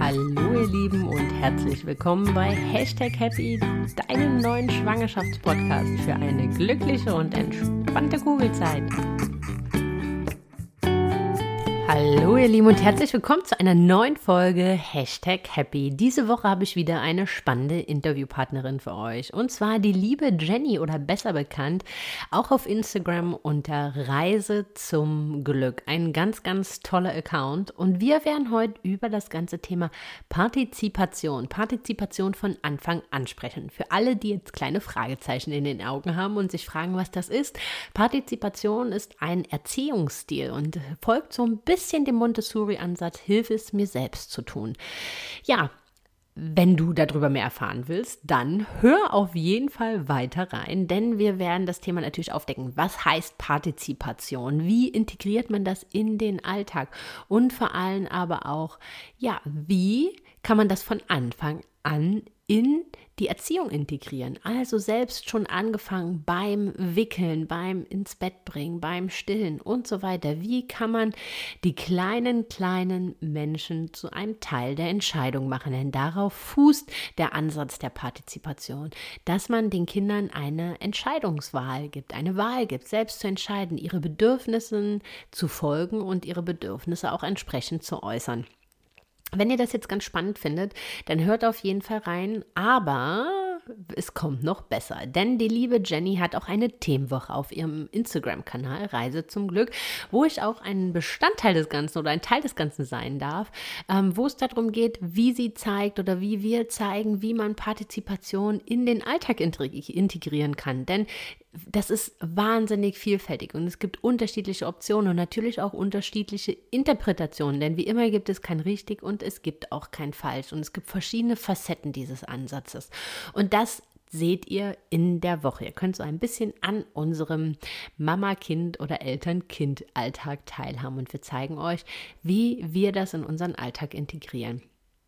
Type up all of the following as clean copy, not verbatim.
Hallo ihr Lieben und herzlich willkommen bei #Happy, deinem neuen Schwangerschaftspodcast für eine glückliche und entspannte Kugelzeit. Hallo ihr Lieben und herzlich willkommen zu einer neuen Folge #Happy. Diese Woche habe ich wieder eine spannende Interviewpartnerin für euch und zwar die liebe Jenny oder besser bekannt auch auf Instagram unter Reise zum Glück. Ein ganz, ganz toller Account und wir werden heute über das ganze Thema Partizipation von Anfang an sprechen. Für alle, die jetzt kleine Fragezeichen in den Augen haben und sich fragen, was das ist. Partizipation ist ein Erziehungsstil und folgt so ein bisschen dem Montessori-Ansatz, hilf es mir selbst zu tun. Ja, wenn du darüber mehr erfahren willst, dann hör auf jeden Fall weiter rein, denn wir werden das Thema natürlich aufdecken. Was heißt Partizipation? Wie integriert man das in den Alltag? Und vor allem aber auch, ja, wie kann man das von Anfang an in die Erziehung integrieren? Also selbst schon angefangen beim Wickeln, beim ins Bett bringen, beim Stillen und so weiter. Wie kann man die kleinen Menschen zu einem Teil der Entscheidung machen? Denn darauf fußt der Ansatz der Partizipation, dass man den Kindern eine Entscheidungswahl gibt, eine Wahl gibt, selbst zu entscheiden, ihre Bedürfnissen zu folgen und ihre Bedürfnisse auch entsprechend zu äußern. Wenn ihr das jetzt ganz spannend findet, dann hört auf jeden Fall rein, aber es kommt noch besser, denn die liebe Jenny hat auch eine Themenwoche auf ihrem Instagram-Kanal Reise zum Glück, wo ich auch ein Bestandteil des Ganzen oder ein Teil des Ganzen sein darf, wo es darum geht, wie sie zeigt oder wie wir zeigen, wie man Partizipation in den Alltag integrieren kann, denn das ist wahnsinnig vielfältig und es gibt unterschiedliche Optionen und natürlich auch unterschiedliche Interpretationen, denn wie immer gibt es kein richtig und es gibt auch kein falsch und es gibt verschiedene Facetten dieses Ansatzes und das seht ihr in der Woche. Ihr könnt so ein bisschen an unserem Mama-Kind- oder Eltern-Kind-Alltag teilhaben und wir zeigen euch, wie wir das in unseren Alltag integrieren.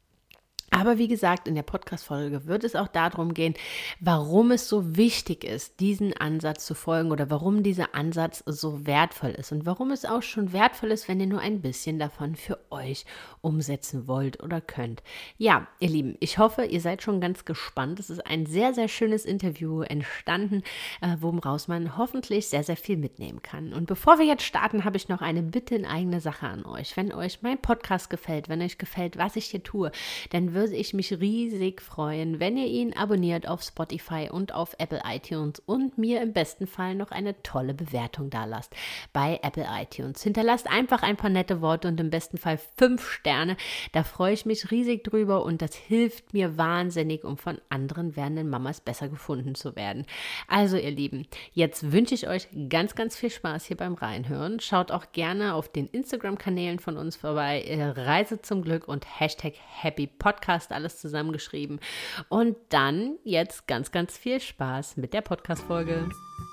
Aber wie gesagt, in der Podcast-Folge wird es auch darum gehen, warum es so wichtig ist, diesen Ansatz zu folgen oder warum dieser Ansatz so wertvoll ist und warum es auch schon wertvoll ist, wenn ihr nur ein bisschen davon für euch umsetzen wollt oder könnt. Ja, ihr Lieben, ich hoffe, ihr seid schon ganz gespannt. Es ist ein sehr, sehr schönes Interview entstanden, woraus man hoffentlich sehr, sehr viel mitnehmen kann. Und bevor wir jetzt starten, habe ich noch eine Bitte in eigener Sache an euch. Wenn euch mein Podcast gefällt, wenn euch gefällt, was ich hier tue, dann würde ich mich riesig freuen, wenn ihr ihn abonniert auf Spotify und auf Apple iTunes und mir im besten Fall noch eine tolle Bewertung dalasst bei Apple iTunes. Hinterlasst einfach ein paar nette Worte und im besten Fall 5 Sterne. Da freue ich mich riesig drüber und das hilft mir wahnsinnig, um von anderen werdenden Mamas besser gefunden zu werden. Also ihr Lieben, jetzt wünsche ich euch ganz, ganz viel Spaß hier beim Reinhören. Schaut auch gerne auf den Instagram-Kanälen von uns vorbei, Reise zum Glück und #HappyPodcast, alles zusammengeschrieben. Und dann jetzt ganz, ganz viel Spaß mit der Podcast-Folge.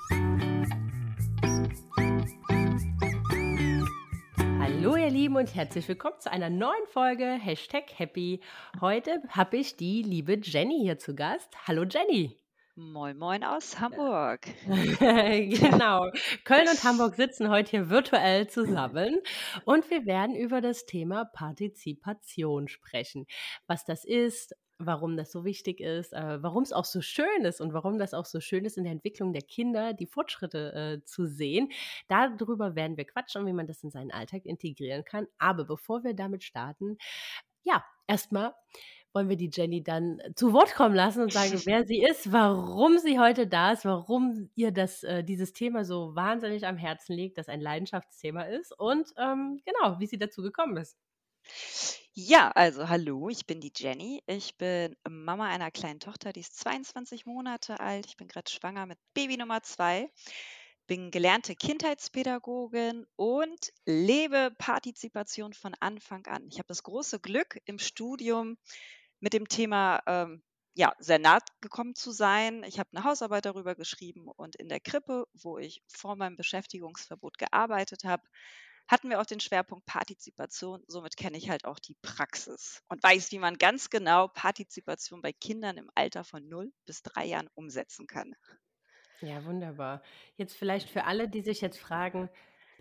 Hallo ihr Lieben und herzlich willkommen zu einer neuen Folge #Happy. Heute habe ich die liebe Jenny hier zu Gast. Hallo Jenny. Moin, moin aus Hamburg. Genau. Köln und Hamburg sitzen heute hier virtuell zusammen und wir werden über das Thema Partizipation sprechen. Was das ist, warum das so wichtig ist, warum es auch so schön ist und warum das auch so schön ist in der Entwicklung der Kinder, die Fortschritte zu sehen. Darüber werden wir quatschen, wie man das in seinen Alltag integrieren kann. Aber bevor wir damit starten, ja, erstmal wollen wir die Jenny dann zu Wort kommen lassen und sagen, wer sie ist, warum sie heute da ist, warum ihr dieses Thema so wahnsinnig am Herzen liegt, das ein Leidenschaftsthema ist und genau, wie sie dazu gekommen ist. Ja, also hallo, ich bin die Jenny. Ich bin Mama einer kleinen Tochter, die ist 22 Monate alt. Ich bin gerade schwanger mit Baby Nummer 2. Bin gelernte Kindheitspädagogin und lebe Partizipation von Anfang an. Ich habe das große Glück, im Studium mit dem Thema ja, sehr nah gekommen zu sein. Ich habe eine Hausarbeit darüber geschrieben und in der Krippe, wo ich vor meinem Beschäftigungsverbot gearbeitet habe, hatten wir auch den Schwerpunkt Partizipation. Somit kenne ich halt auch die Praxis und weiß, wie man ganz genau Partizipation bei Kindern im Alter von 0 bis 3 Jahren umsetzen kann. Ja, wunderbar. Jetzt vielleicht für alle, die sich jetzt fragen,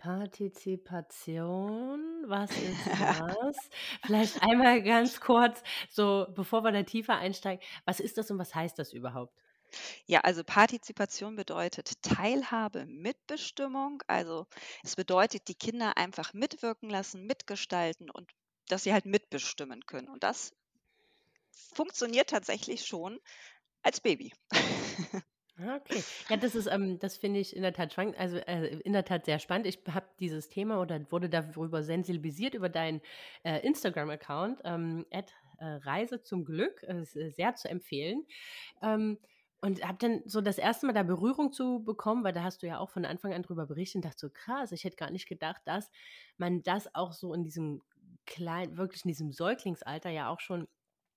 Partizipation, was ist das? Vielleicht einmal ganz kurz, so bevor wir da tiefer einsteigen, was ist das und was heißt das überhaupt? Ja, also Partizipation bedeutet Teilhabe, Mitbestimmung. Also es bedeutet, die Kinder einfach mitwirken lassen, mitgestalten und dass sie halt mitbestimmen können. Und das funktioniert tatsächlich schon als Baby. Ah, okay. Ja, das finde ich in der Tat in der Tat sehr spannend. Ich habe dieses Thema oder wurde darüber sensibilisiert über deinen, Instagram-Account, @Reise zum Glück, ist, sehr zu empfehlen. Ähm, und habe dann so das erste Mal da Berührung zu bekommen, weil da hast du ja auch von Anfang an drüber berichtet und dachte so: „Krass, ich hätte gar nicht gedacht, dass man das auch so in diesem wirklich in diesem Säuglingsalter ja auch schon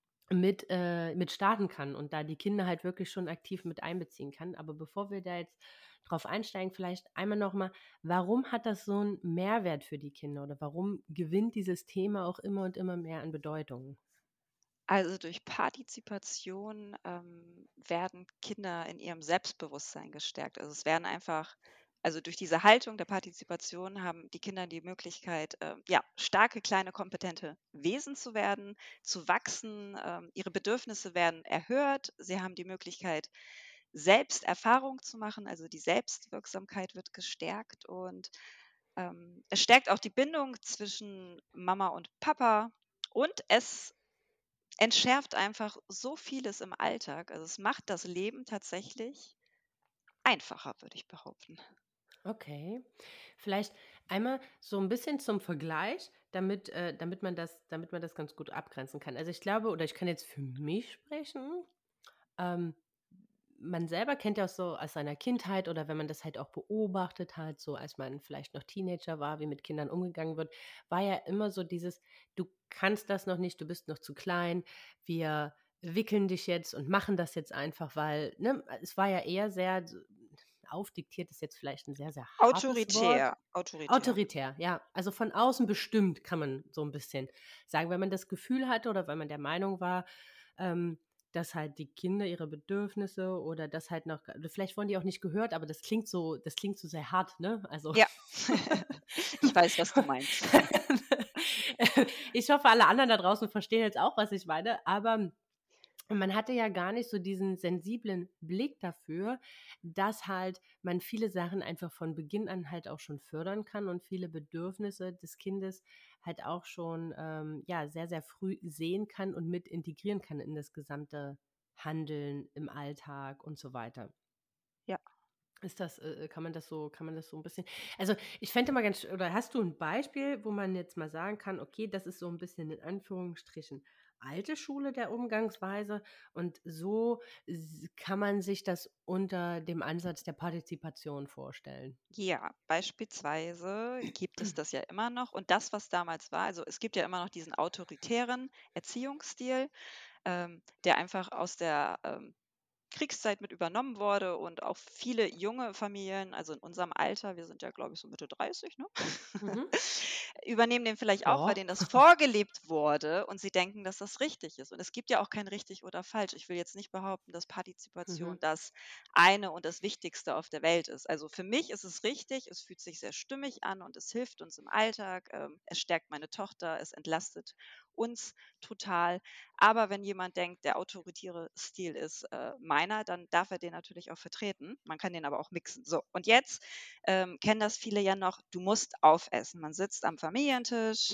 mit starten kann und da die Kinder halt wirklich schon aktiv mit einbeziehen kann. Aber bevor wir da jetzt drauf einsteigen, vielleicht einmal noch mal, warum hat das so einen Mehrwert für die Kinder oder warum gewinnt dieses Thema auch immer und immer mehr an Bedeutung? Also durch Partizipation werden Kinder in ihrem Selbstbewusstsein gestärkt. Also es werden einfach, also durch diese Haltung der Partizipation haben die Kinder die Möglichkeit, ja, starke, kleine, kompetente Wesen zu werden, zu wachsen. Ihre Bedürfnisse werden erhört. Sie haben die Möglichkeit, selbst Erfahrung zu machen. Also die Selbstwirksamkeit wird gestärkt und es stärkt auch die Bindung zwischen Mama und Papa. Und es entschärft einfach so vieles im Alltag. Also, es macht das Leben tatsächlich einfacher, würde ich behaupten. Okay. Vielleicht einmal so ein bisschen zum Vergleich, damit man das ganz gut abgrenzen kann. Also, ich glaube oder ich kann jetzt für mich sprechen. Ähm, Man selber kennt ja auch so aus seiner Kindheit oder wenn man das halt auch beobachtet hat, so als man vielleicht noch Teenager war, wie mit Kindern umgegangen wird, war ja immer so dieses: „Du kannst das noch nicht, du bist noch zu klein. Wir wickeln dich jetzt und machen das jetzt einfach“, weil, ne, es war ja eher sehr s aufdiktiert ist jetzt vielleicht ein sehr, sehr hartes Wort. Autoritär, autoritär. Autoritär, ja. Also, von außen bestimmt, kann man so ein bisschen sagen, wenn man das Gefühl hatte oder wenn man der Meinung war, ähm, dass halt die Kinder ihre Bedürfnisse oder das halt noch vielleicht wurden die auch nicht gehört, aber das klingt so sehr hart, ne? Also Ja, ich weiß, was du meinst. ich hoffe, alle anderen da draußen verstehen jetzt auch, was ich meine, aber man hatte ja gar nicht so diesen sensiblen Blick dafür, dass halt man viele Sachen einfach von Beginn an halt auch schon fördern kann und viele Bedürfnisse des Kindes halt auch schon, ja, sehr, sehr früh sehen kann und mit integrieren kann in das gesamte Handeln im Alltag und so weiter. Ja. Ist das kann man das so ein bisschen also, ich fände mal ganz oder hast du ein Beispiel, wo man jetzt mal sagen kann: „Okay, das ist so ein bisschen in Anführungsstrichen alte Schule der Umgangsweise und so kann man sich das unter dem Ansatz der Partizipation vorstellen?“ Ja, beispielsweise gibt es das ja immer noch und das, was damals war, also, es gibt ja immer noch diesen autoritären Erziehungsstil, der einfach aus der, Kriegszeit mit übernommen wurde und auch viele junge Familien, also in unserem Alter, wir sind ja, glaube ich, so Mitte 30, ne? Mhm. Übernehmen den vielleicht auch, weil Ja. denen das vorgelebt wurde und sie denken, dass das richtig ist. Und es gibt ja auch kein richtig oder falsch. Ich will jetzt nicht behaupten, dass Mhm. Partizipation das eine und das Wichtigste auf der Welt ist. Also für mich ist es richtig, es fühlt sich sehr stimmig an und es hilft uns im Alltag. Es stärkt meine Tochter, es entlastet uns total. Aber wenn jemand denkt, der autoritäre Stil ist meiner, dann darf er den natürlich auch vertreten. Man kann den aber auch mixen. So, und jetzt kennen das viele ja noch, du musst aufessen. Man sitzt am Familientisch,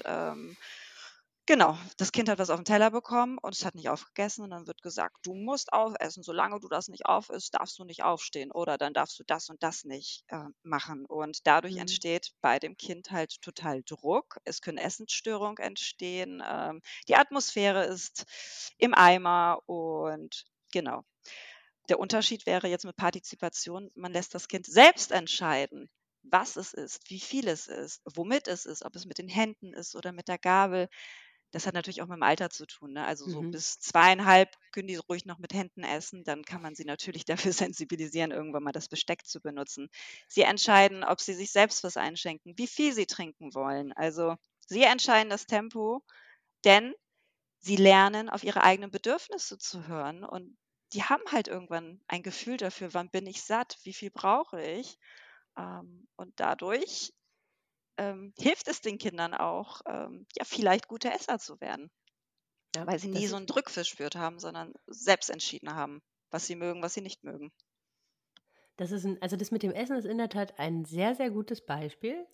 genau, das Kind hat was auf 'n Teller bekommen und es hat nicht aufgegessen und dann wird gesagt: „Du musst aufessen. Solange du das nicht aufisst, darfst du nicht aufstehen oder dann darfst du das und das nicht, machen.“ Und dadurch Mhm. entsteht bei dem Kind halt total Druck. Es können Essensstörungen entstehen, die Atmosphäre ist im Eimer und genau. Der Unterschied wäre jetzt mit Partizipation, man lässt das Kind selbst entscheiden, was es isst, wie viel es isst, womit es isst, ob es mit den Händen ist oder mit der Gabel. Das hat natürlich auch mit dem Alter zu tun, ne? Also, so Mhm. bis 2,5 können die ruhig noch mit Händen essen, dann kann man sie natürlich dafür sensibilisieren, irgendwann mal das Besteck zu benutzen. Sie entscheiden, ob sie sich selbst was einschenken, wie viel sie trinken wollen. Also, sie entscheiden das Tempo, denn sie lernen, auf ihre eigenen Bedürfnisse zu hören und die haben halt irgendwann ein Gefühl dafür, wann bin ich satt, wie viel brauche ich? Und dadurch hilft es den Kindern auch, ja, vielleicht gute Esser zu werden, Ja, weil sie nie das so ist einen Druck verspürt haben, sondern selbst entschieden haben, was sie mögen, was sie nicht mögen. also das mit dem Essen ist in der Tat ein sehr, sehr gutes Beispiel,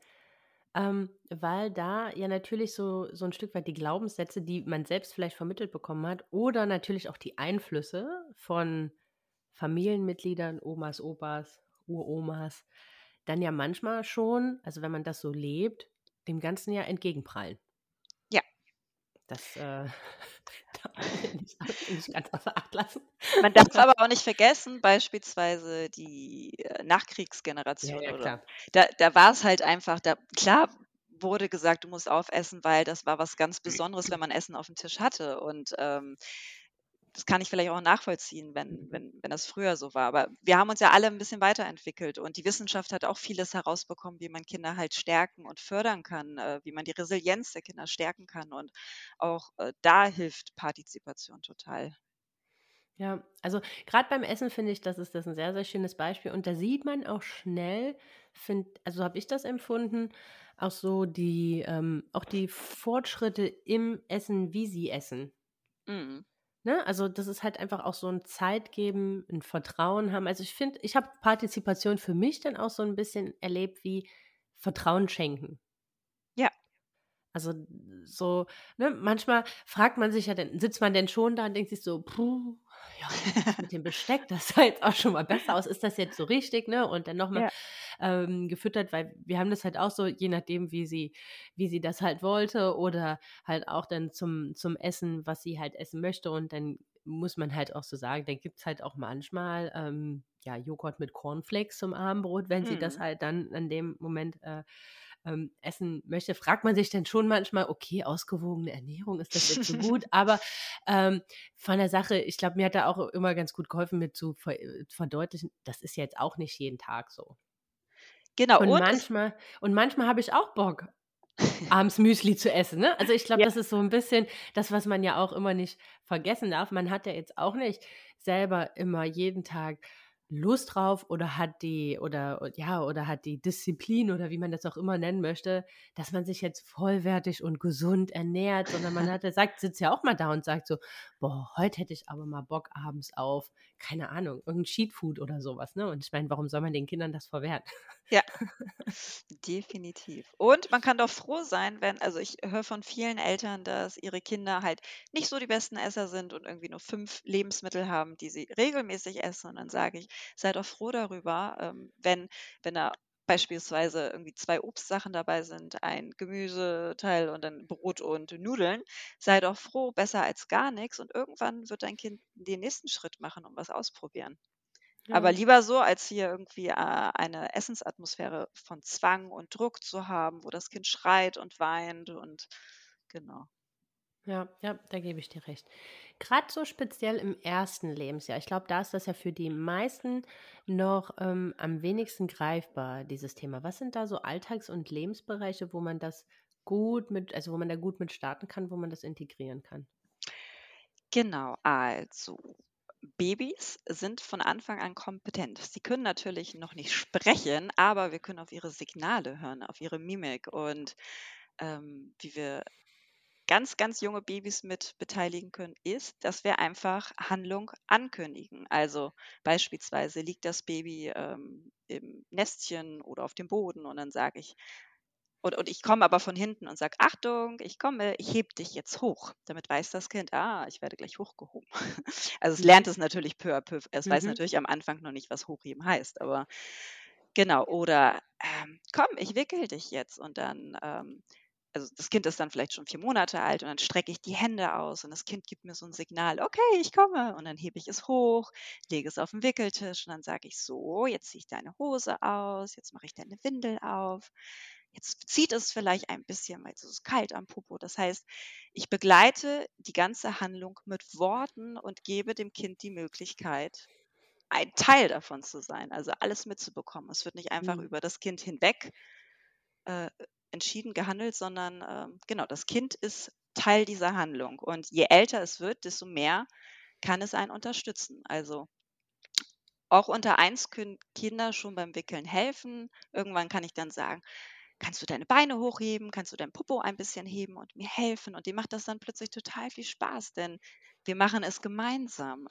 weil da ja natürlich so ein Stück weit die Glaubenssätze, die man selbst vielleicht vermittelt bekommen hat oder natürlich auch die Einflüsse von Familienmitgliedern, Omas, Opas, Uromas, dann ja manchmal schon, also wenn man das so lebt, dem Ganzen ja entgegenprallen. Ja. Das, darf man ja nicht ganz außer Acht lassen. Man darf aber auch nicht vergessen, beispielsweise die, Ja, Nachkriegsgeneration ja, oder klar. da war es halt einfach da klar wurde gesagt, du musst aufessen, weil das war was ganz Besonderes, wenn man Essen auf dem Tisch hatte und, das kann ich vielleicht auch nachvollziehen, wenn das früher so war. Aber wir haben uns ja alle ein bisschen weiterentwickelt und die Wissenschaft hat auch vieles herausbekommen, wie man Kinder halt stärken und fördern kann, wie man die Resilienz der Kinder stärken kann und auch, da hilft Partizipation total. Ja, also gerade beim Essen finde ich, das ein sehr, sehr schönes Beispiel und da sieht man auch schnell, also habe ich das empfunden, auch so auch die Fortschritte im Essen, wie sie essen, Mhm. ne? Also, das ist halt einfach auch so ein Zeit geben, 'n Vertrauen haben. Also, ich finde, ich habe Partizipation für mich dann auch so ein bisschen erlebt wie Vertrauen schenken. Ja. Also, so, ne, manchmal fragt man sich ja dann, sitzt man denn schon da und denkt sich so: „Puh, ja, das mit dem Besteck, das sah jetzt auch schon mal besser aus. Ist das jetzt so richtig“, ne? Und dann noch mal, Ja. gefüttert, weil wir haben das halt auch so, je nachdem, wie sie das halt wollte oder halt auch dann zum Essen, was sie halt essen möchte. Und dann muss man halt auch so sagen, dann gibt's halt auch manchmal, ja, Joghurt mit Cornflakes zum Abendbrot, wenn sie das Mhm. halt dann in dem Moment, essen möchte, fragt man sich dann schon manchmal: „Okay, ausgewogene Ernährung, ist das jetzt so gut?“ Aber, ähm, von der Sache, ich glaube, mir hat da auch immer ganz gut geholfen, mir zu verdeutlichen, das ist jetzt auch nicht jeden Tag so. Genau, Und und es manchmal habe ich auch Bock, abends Müsli zu essen, ne? Also, ich glaube, ja, das ist so 'n bisschen das, was man ja auch immer nicht vergessen darf. Man hat ja jetzt auch nicht selber immer jeden Tag Lust drauf oder hat die Disziplin oder wie man das auch immer nennen möchte, dass man sich jetzt vollwertig und gesund ernährt, sondern man sitzt ja auch mal da und sagt so: „Boah, heute hätte ich aber mal Bock abends auf, keine Ahnung, irgend 'n Cheatfood oder so was“, ne? Und ich meine, warum soll man den Kindern das verwehren? ja, definitiv. Und man kann doch froh sein, wenn also, ich höre von vielen Eltern, dass ihre Kinder halt nicht so die besten Esser sind und irgendwie nur 5 Lebensmittel haben, die sie regelmäßig essen. Und dann sage ich: „Sei doch froh darüber, wenn da beispielsweise irgendwie 2 Obstsachen dabei sind, ein Gemüseteil und dann Brot und Nudeln. Sei doch froh, besser als gar nichts. Und irgendwann wird dein Kind den nächsten Schritt machen und was ausprobieren.“ Aber Ja. lieber so, als hier irgendwie, eine Essensatmosphäre von Zwang und Druck zu haben, wo das Kind schreit und weint und genau. Ja, ja, da gebe ich dir recht. Gerade so speziell im ersten Lebensjahr. Ich glaube, da ist das ja für die meisten noch, am wenigsten greifbar, dieses Thema. Was sind da so Alltags und Lebensbereiche, wo man das wo man da gut mit starten kann, wo man das integrieren kann? Genau, also Babys sind von Anfang an kompetent. Sie können natürlich noch nicht sprechen, aber wir können auf ihre Signale hören, auf ihre Mimik und, wie wir ganz, ganz junge Babys mit beteiligen können, ist, dass wir einfach Handlung ankündigen. Also beispielsweise liegt das Baby im Nestchen oder auf dem Boden und dann sage ich, und ich komme aber von hinten und sage, Achtung, ich komme, ich heb dich jetzt hoch. Damit weiß das Kind, ich werde gleich hochgehoben. Also es Mhm. lernt es natürlich peu à peu. Es weiß Mhm. natürlich am Anfang noch nicht, was hochheben heißt, aber genau. Oder komm, ich wickel dich jetzt. Und dann also das Kind ist dann vielleicht schon 4 Monate alt und dann strecke ich die Hände aus und das Kind gibt mir so ein Signal: „Okay, ich komme.“ Und dann hebe ich es hoch, lege es auf den Wickeltisch und dann sage ich: „So, jetzt ziehe ich deine Hose aus, jetzt mache ich deine Windel auf. Jetzt zieht es vielleicht ein bisschen, weil es ist kalt am Popo.“ Das heißt, ich begleite die ganze Handlung mit Worten und gebe dem Kind die Möglichkeit, ein Teil davon zu sein, also alles mitzubekommen. Es wird nicht einfach Mhm. über das Kind hinweg äh, entschieden gehandelt, sondern genau, das Kind ist Teil dieser Handlung. Und je älter es wird, desto mehr kann es einen unterstützen. Also auch unter eins können Kinder schon beim Wickeln helfen. Irgendwann kann ich dann sagen, kannst du deine Beine hochheben, kannst du dein Popo ein bisschen heben und mir helfen? Und dem macht das dann plötzlich total viel Spaß, denn wir machen es gemeinsam.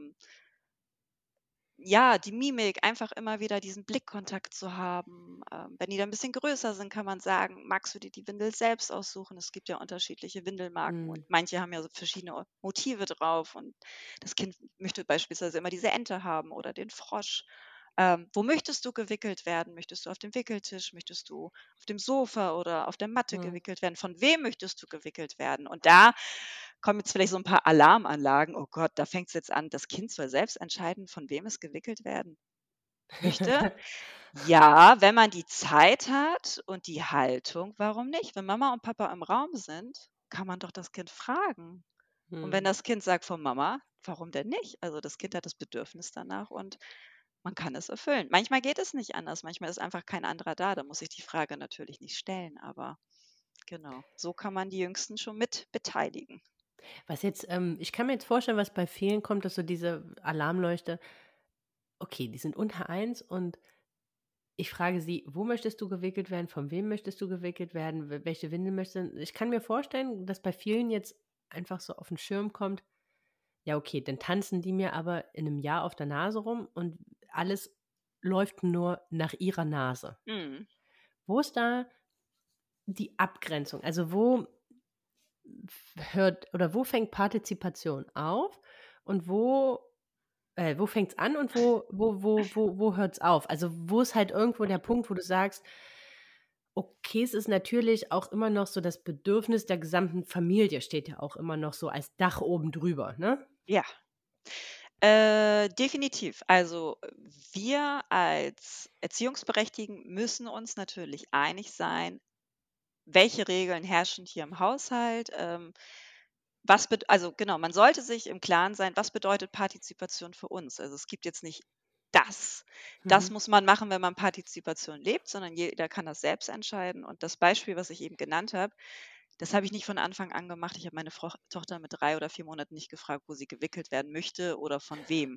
Ja, die Mimik, einfach immer wieder diesen Blickkontakt zu haben. Wenn die dann ein bisschen größer sind, kann man sagen: „Magst du dir die Windel selbst aussuchen?“ Es gibt ja unterschiedliche Windelmarken und Mhm. manche haben ja so verschiedene Motive drauf und das Kind möchte beispielsweise immer diese Ente haben oder den Frosch. Wo möchtest du gewickelt werden? Möchtest du auf dem Wickeltisch? Möchtest du auf dem Sofa oder auf der Matte Mhm. gewickelt werden? Von wem möchtest du gewickelt werden? Und da kommen jetzt vielleicht so ein paar Alarmanlagen. Oh Gott, da fängt es jetzt an, das Kind soll selbst entscheiden, von wem es gewickelt werden möchte. Ja, wenn man die Zeit hat und die Haltung, warum nicht? Wenn Mama und Papa im Raum sind, kann man doch das Kind fragen. Und wenn Mhm. das Kind sagt: „Von Mama“, warum denn nicht? Also, das Kind hat das Bedürfnis danach und man kann es erfüllen. Manchmal geht es nicht anders, manchmal ist einfach kein anderer da, da muss ich die Frage natürlich nicht stellen, aber genau, so kann man die Jüngsten schon mit beteiligen. Was jetzt ich kann mir jetzt vorstellen, was bei vielen kommt, dass so diese Alarmleuchte okay, die sind unter eins und ich frage sie: „Wo möchtest du gewickelt werden? Von wem möchtest du gewickelt werden? Welche Windel möchtest du?“ Ich kann mir vorstellen, dass bei vielen jetzt einfach so auf 'n Schirm kommt: „Ja, okay, dann tanzen die mir aber in 'nem Jahr auf der Nase rum und alles läuft nur nach ihrer Nase.“ Mhm. Wo ist da die Abgrenzung? Also, wo fängt Partizipation auf und wo fängt's an und wo hört's auf? Also, wo ist halt irgendwo der Punkt, wo du sagst: „Okay, es ist natürlich auch immer noch so das Bedürfnis der gesamten Familie steht ja auch immer noch so als Dach oben drüber“, ne? Ja, definitiv. Also, wir als Erziehungsberechtigten müssen uns natürlich einig sein, welche Regeln herrschen hier im Haushalt, also genau, man sollte sich im Klaren sein, was bedeutet Partizipation für uns? Also, es gibt jetzt nicht das. Das Mhm, muss man machen, wenn man Partizipation lebt, sondern jeder kann das selbst entscheiden. Und das Beispiel, was ich eben genannt habe, das habe ich nicht von Anfang an gemacht. Ich habe meine Tochter mit 3 oder 4 Monaten nicht gefragt, wo sie gewickelt werden möchte oder von wem.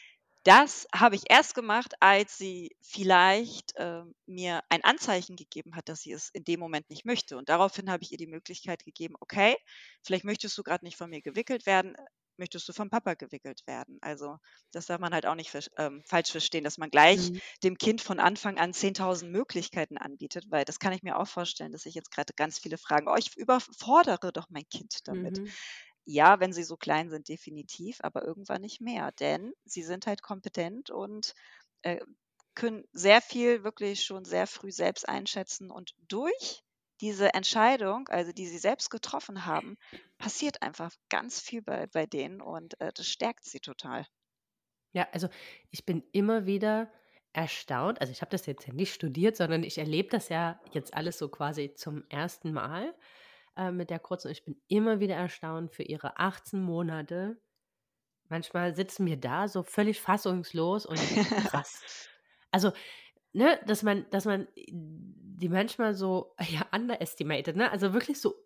Das habe ich erst gemacht, als sie vielleicht, mir ein Anzeichen gegeben hat, dass sie es in dem Moment nicht möchte. Und daraufhin habe ich ihr die Möglichkeit gegeben: „Okay, vielleicht möchtest du gerade nicht von mir gewickelt werden, möchtest du vom Papa gewickelt werden?“ Also, das darf man halt auch nicht falsch verstehen, dass man gleich mhm, dem Kind von Anfang an 10.000 Möglichkeiten anbietet, weil das kann ich mir auch vorstellen, dass sich jetzt gerade ganz viele fragen: „Oh, ich überfordere doch mein Kind damit.“ mhm. Ja, wenn sie so klein sind, definitiv, aber irgendwann nicht mehr, denn sie sind halt kompetent und, äh, können sehr viel wirklich schon sehr früh selbst einschätzen und durch diese Entscheidung, also die sie selbst getroffen haben, passiert einfach ganz viel bei denen und, das stärkt sie total. Ja, also, ich bin immer wieder erstaunt also, ich habe das jetzt ja nicht studiert, sondern ich erlebe das ja jetzt alles so quasi zum ersten Mal, mit der Kurzen. Ich bin immer wieder erstaunt für ihre 18 Monate. Manchmal sitzen wir da so völlig fassungslos und krass. Also, ne, dass man die manchmal so, ja, underestimated, ne? Also, wirklich so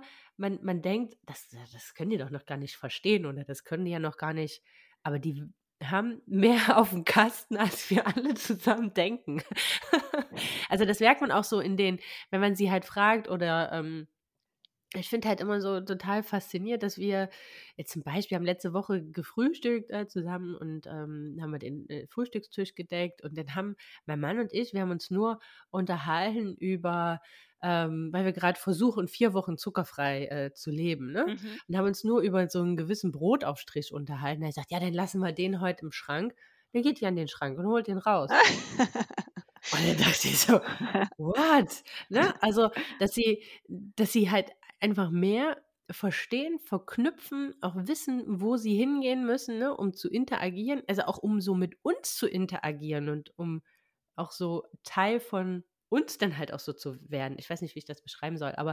man denkt: „Das können die doch noch gar nicht verstehen oder das können die ja noch gar nicht“ aber die haben mehr auf dem Kasten, als wir alle zusammen denken. Also, das merkt man auch so wenn man sie halt fragt oder, ich finde halt immer so total fasziniert, dass wir jetzt zum Beispiel haben letzte Woche gefrühstückt, zusammen und, haben wir den, Frühstückstisch gedeckt und dann haben mein Mann und ich wir haben uns nur unterhalten über weil wir gerade versuchen, 4 Wochen zuckerfrei, zu leben, ne? Mhm. Und haben uns nur über so einen gewissen Brotaufstrich unterhalten. Er sagt: „Ja, dann lassen wir den heute im Schrank.“ Dann geht die an den Schrank und holt den raus. Und dann dachte ich so: „What?“ Ne? Also, dass sie halt einfach mehr verstehen, verknüpfen, auch wissen, wo sie hingehen müssen, ne, um zu interagieren, also auch um so mit uns zu interagieren und um auch so Teil von uns dann halt auch so zu werden. Ich weiß nicht, wie ich das beschreiben soll, aber,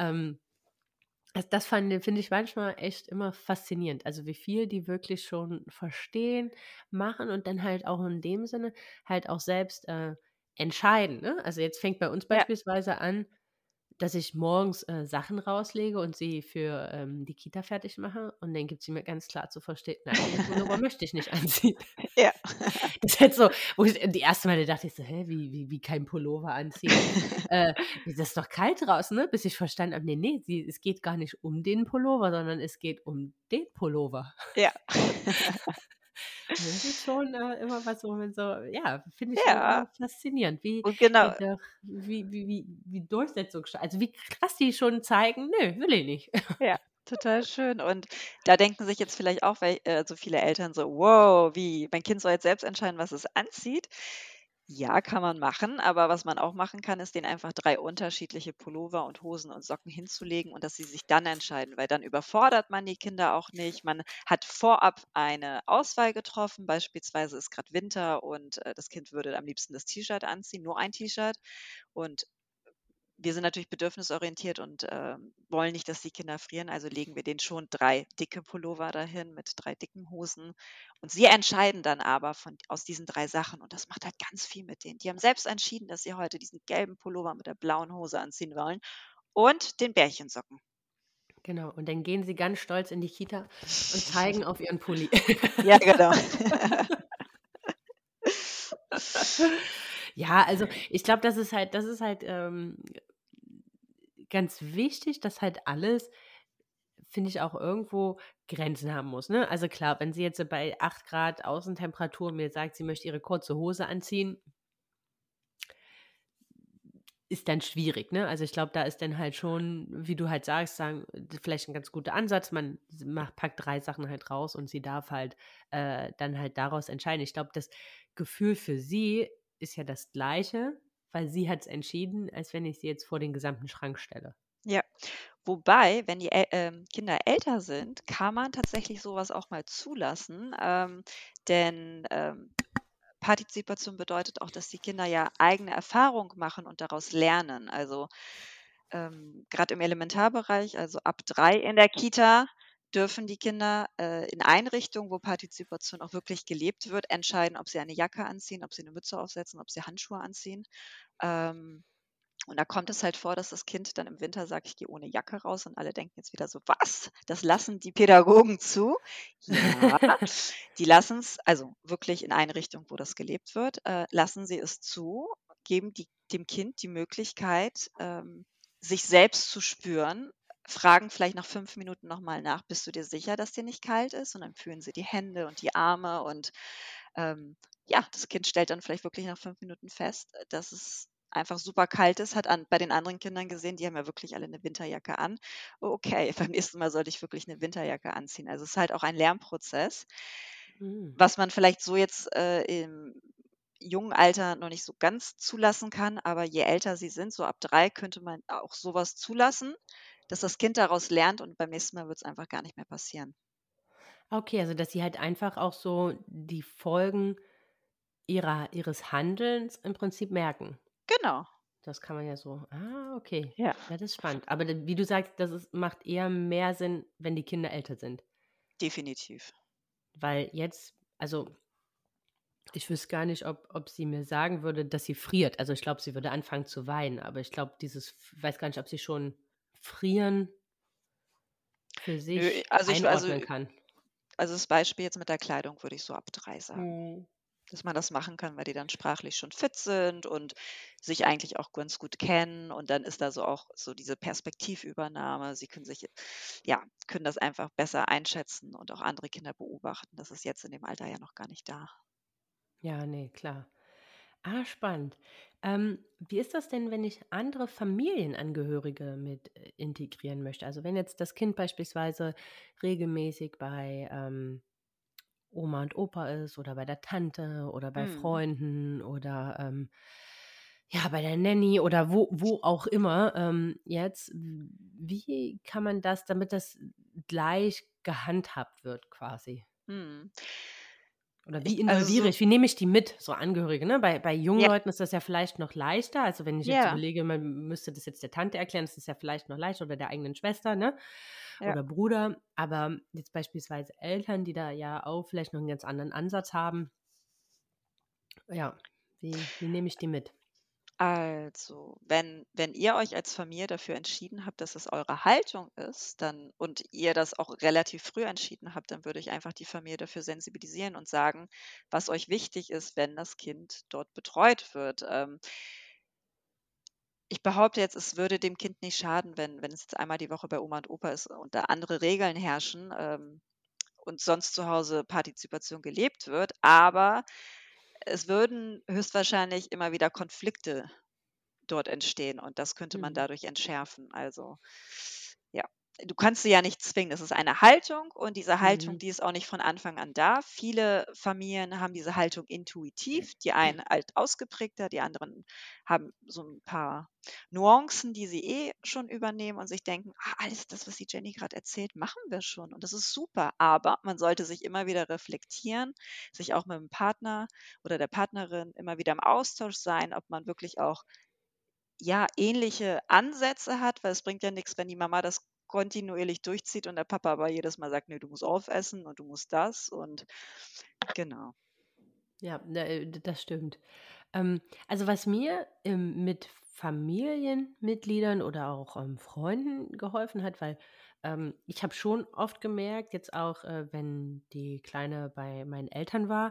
das finde ich manchmal echt immer faszinierend. Also, wie viel die wirklich schon verstehen, machen und dann halt auch in dem Sinne halt auch selbst, entscheiden, ne? Also, jetzt fängt bei uns Ja, beispielsweise an dass ich morgens Sachen rauslege und sie für die Kita fertig mache. Und dann gibt sie mir ganz klar zu verstehen, nein, den Pullover möchte ich nicht anziehen. Ja. Das ist halt so, wo ich die erste Mal dachte ich so, hä, wie kein Pullover anziehen? Das ist doch kalt draußen, ne? Bis ich verstanden habe, nee, es geht gar nicht um den Pullover, sondern es geht um den Pullover. Ja. Und das ist schon immer was, wo man so, ja, finde ich Ja. immer faszinierend, Und genau. wie durchsetzungsstark, also wie krass die schon zeigen, nö, will ich nicht. Ja, total schön. Und da denken sich jetzt vielleicht auch so viele Eltern so: „Wow, wie, mein Kind soll jetzt selbst entscheiden, was es anzieht?“ Ja, kann man machen, aber was man auch machen kann, ist denen einfach 3 unterschiedliche Pullover und Hosen und Socken hinzulegen und dass sie sich dann entscheiden, weil dann überfordert man die Kinder auch nicht. Man hat vorab eine Auswahl getroffen, beispielsweise ist gerade Winter und das Kind würde am liebsten das T-Shirt anziehen, nur ein T-Shirt. Und wir sind natürlich bedürfnisorientiert und wollen nicht, dass die Kinder frieren, also legen wir denen schon 3 dicke Pullover dahin mit 3 dicken Hosen. Und sie entscheiden dann aber aus diesen 3 Sachen und das macht halt ganz viel mit denen. Die haben selbst entschieden, dass sie heute diesen gelben Pullover mit der blauen Hose anziehen wollen und den Bärchensocken. Genau, und dann gehen sie ganz stolz in die Kita und zeigen auf ihren Pulli. Ja, genau. Ja, also ich glaube, das ist halt ganz wichtig, dass halt alles, finde ich, auch irgendwo Grenzen haben muss, ne? Also klar, wenn sie jetzt so bei 8 Grad Außentemperatur mir sagt, sie möchte ihre kurze Hose anziehen, ist dann schwierig, ne? Also ich glaube, da ist dann halt schon, wie du halt sagst, vielleicht ein ganz guter Ansatz. Man packt 3 Sachen halt raus und sie darf halt dann halt daraus entscheiden. Ich glaube, das Gefühl für sie ist ja das Gleiche, weil sie hat es entschieden, als wenn ich sie jetzt vor den gesamten Schrank stelle. Ja, wobei, wenn die Kinder älter sind, kann man tatsächlich sowas auch mal zulassen, denn Partizipation bedeutet auch, dass die Kinder ja eigene Erfahrungen machen und daraus lernen. Also, grad im Elementarbereich, also ab 3 in der Kita, dürfen die Kinder in Einrichtungen, wo Partizipation auch wirklich gelebt wird, entscheiden, ob sie eine Jacke anziehen, ob sie eine Mütze aufsetzen, ob sie Handschuhe anziehen. Ähm, und da kommt es halt vor, dass das Kind dann im Winter sagt: „Ich gehe ohne Jacke raus“ und alle denken jetzt wieder so: „Was? Das lassen die Pädagogen zu?“ Ja, die lassen es, also wirklich in Einrichtungen, wo das gelebt wird, lassen sie es zu, geben dem Kind die Möglichkeit, sich selbst zu spüren, fragen vielleicht nach 5 Minuten noch mal nach: „Bist du dir sicher, dass dir nicht kalt ist?“ Und dann fühlen sie die Hände und die Arme und, ja, das Kind stellt dann vielleicht wirklich nach 5 Minuten fest, dass es einfach super kalt ist, hat bei den anderen Kindern gesehen, die haben ja wirklich alle eine Winterjacke an. Oh, okay, beim nächsten Mal sollte ich wirklich eine Winterjacke anziehen. Also, es ist halt auch ein Lernprozess, Mhm. was man vielleicht so jetzt im jungen Alter noch nicht so ganz zulassen kann, aber je älter sie sind, so ab 3, könnte man auch sowas zulassen, dass das Kind daraus lernt und beim nächsten Mal wird es einfach gar nicht mehr passieren. Okay, also dass sie halt einfach auch so die Folgen ihres Handelns im Prinzip merken. Genau, Das kann man ja so, okay. ja, Ja, das ist spannend. Aber wie du sagst, macht eher mehr Sinn, wenn die Kinder älter sind. definitiv. Weil jetzt, also ich wüsste gar nicht, ob sie mir sagen würde, dass sie friert. Also ich glaube, sie würde anfangen zu weinen. Aber ich glaube, weiß gar nicht, ob sie schon frieren für Nö, sich also einordnen kann. das Beispiel jetzt mit der Kleidung würde ich so ab 3 sagen. Mhm. Dass man das machen kann, weil die dann sprachlich schon fit sind und sich eigentlich auch ganz gut kennen und dann ist da so auch so diese Perspektivübernahme. Sie können können das einfach besser einschätzen und auch andere Kinder beobachten. Das ist jetzt in dem Alter ja noch gar nicht da. Ja, nee, klar. Spannend. Wie ist das denn, wenn ich andere Familienangehörige mit integrieren möchte? Also wenn jetzt das Kind beispielsweise regelmäßig bei Oma und Opa ist oder bei der Tante oder bei Mhm. Freunden oder ja, bei der Nanny oder wo auch immer jetzt, wie kann man das, damit das gleich gehandhabt wird quasi? Mhm. Oder wie Also involviere so, ich, wie nehme ich die mit, so Angehörige, ne? Bei jungen ja, Leuten ist das ja vielleicht noch leichter. Also, wenn ich jetzt ja, überlege, man müsste das jetzt der Tante erklären, das ist ja vielleicht noch leichter oder der eigenen Schwester, ne? ja. Oder Bruder. Aber jetzt beispielsweise Eltern, die da ja auch vielleicht noch einen ganz anderen Ansatz haben. Ja, wie nehme ich die mit? Also, wenn ihr euch als Familie dafür entschieden habt, dass es eure Haltung ist, dann und ihr das auch relativ früh entschieden habt, dann würde ich einfach die Familie dafür sensibilisieren und sagen, was euch wichtig ist, wenn das Kind dort betreut wird. Ich behaupte jetzt, es würde dem Kind nicht schaden, wenn es jetzt einmal die Woche bei Oma und Opa ist und da andere Regeln herrschen, und sonst zu Hause Partizipation gelebt wird, aber es würden höchstwahrscheinlich immer wieder Konflikte dort entstehen und das könnte man Mhm. dadurch entschärfen. Also, ja, du kannst sie ja nicht zwingen. Das ist eine Haltung und diese Haltung, Mhm. die ist auch nicht von Anfang an da. Viele Familien haben diese Haltung intuitiv, die einen halt ausgeprägter, die anderen haben so ein paar Nuancen, die sie schon übernehmen und sich denken: alles das, was die Jenny gerade erzählt, machen wir schon und das ist super.“ Aber man sollte sich immer wieder reflektieren, sich auch mit dem Partner oder der Partnerin immer wieder im Austausch sein, ob man wirklich auch ja, ähnliche Ansätze hat, weil es bringt ja nichts, wenn die Mama das kontinuierlich durchzieht und der Papa aber jedes Mal sagt: „Ne, du musst aufessen und du musst das“ und genau. Ja, das stimmt. Also was mir mit Familienmitgliedern oder auch Freunden geholfen hat, weil ich habe schon oft gemerkt, jetzt auch wenn die Kleine bei meinen Eltern war,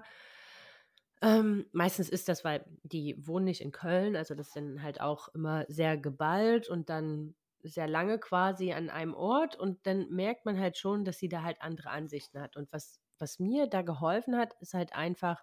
meistens ist das, weil die wohnen nicht in Köln, also das ist dann halt auch immer sehr geballt und dann sehr lange quasi an einem Ort und dann merkt man halt schon, dass sie da halt andere Ansichten hat. Und was mir da geholfen hat, ist halt einfach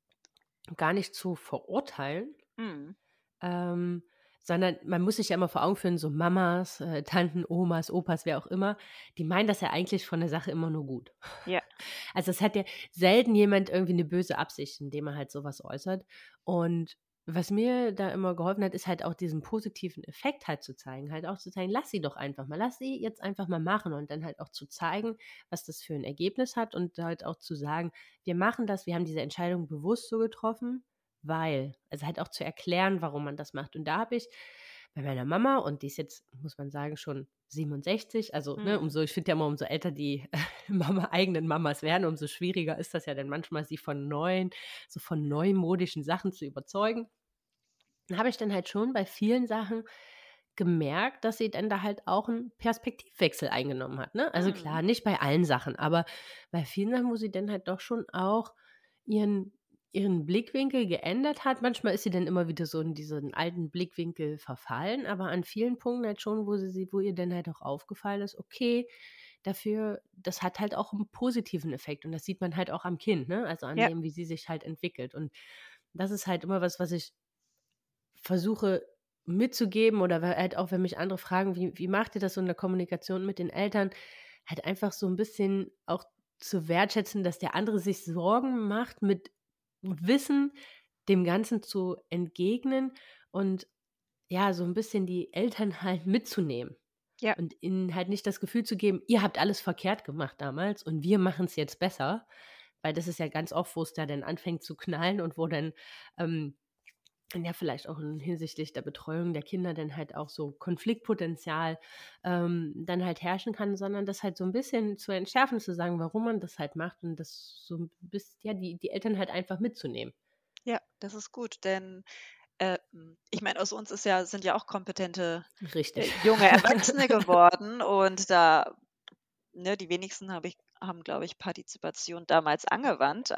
gar nicht zu verurteilen, Mhm. ähm, sondern man muss sich ja immer vor Augen führen, so Mamas, Tanten, Omas, Opas, wer auch immer, die meinen das ja eigentlich von der Sache immer nur gut. Ja, Also, es hat ja selten jemand irgendwie eine böse Absicht, indem er halt so was äußert. Und was mir da immer geholfen hat, ist halt auch diesen positiven Effekt halt zu zeigen. Halt auch zu zeigen: „Lass sie doch einfach mal. Lass sie jetzt einfach mal machen.“ Und dann halt auch zu zeigen, was das für ein Ergebnis hat und halt auch zu sagen: „Wir machen das, wir haben diese Entscheidung bewusst so getroffen, weil“, also, halt auch zu erklären, warum man das macht. Und da habe ich bei meiner Mama, und die ist jetzt, muss man sagen, schon 67, also, ne, mhm. umso, ich finde ja immer, umso älter die eigenen Mamas werden, umso schwieriger ist das ja dann manchmal, sie von neumodischen Sachen zu überzeugen. Da habe ich dann halt schon bei vielen Sachen gemerkt, dass sie dann da halt auch einen Perspektivwechsel eingenommen hat, ne? Also Mhm. klar, nicht bei allen Sachen, aber bei vielen Sachen, wo sie dann halt doch schon auch ihren Blickwinkel geändert hat. Manchmal ist sie dann immer wieder so in diesen alten Blickwinkel verfallen, aber an vielen Punkten halt schon, wo ihr dann halt auch aufgefallen ist: „Okay, dafür das hat halt auch einen positiven Effekt.“ Und das sieht man halt auch am Kind, ne? Also an Ja, dem, wie sie sich halt entwickelt. Und das ist halt immer was ich versuche mitzugeben, oder weil halt auch, wenn mich andere fragen: „Wie macht ihr das so in der Kommunikation mit den Eltern?“ Halt einfach so ein bisschen auch zu wertschätzen, dass der andere sich Sorgen macht, mit Wissen dem Ganzen zu entgegnen und ja, so ein bisschen die Eltern halt mitzunehmen ja, und ihnen halt nicht das Gefühl zu geben: „Ihr habt alles verkehrt gemacht damals und wir machen es jetzt besser.“ Weil das ist ja ganz oft, wo es da dann anfängt zu knallen und wo dann, ja, vielleicht auch hinsichtlich der Betreuung der Kinder dann halt auch so Konfliktpotenzial, dann halt herrschen kann, sondern das halt so ein bisschen zu entschärfen, zu sagen, warum man das halt macht und das so ein bisschen, ja, die Eltern halt einfach mitzunehmen. ja, das ist gut, denn, ich meine, aus uns sind ja auch kompetente, Richtig. junge Erwachsene geworden und da ne, die wenigsten haben, glaube ich, Partizipation damals angewandt.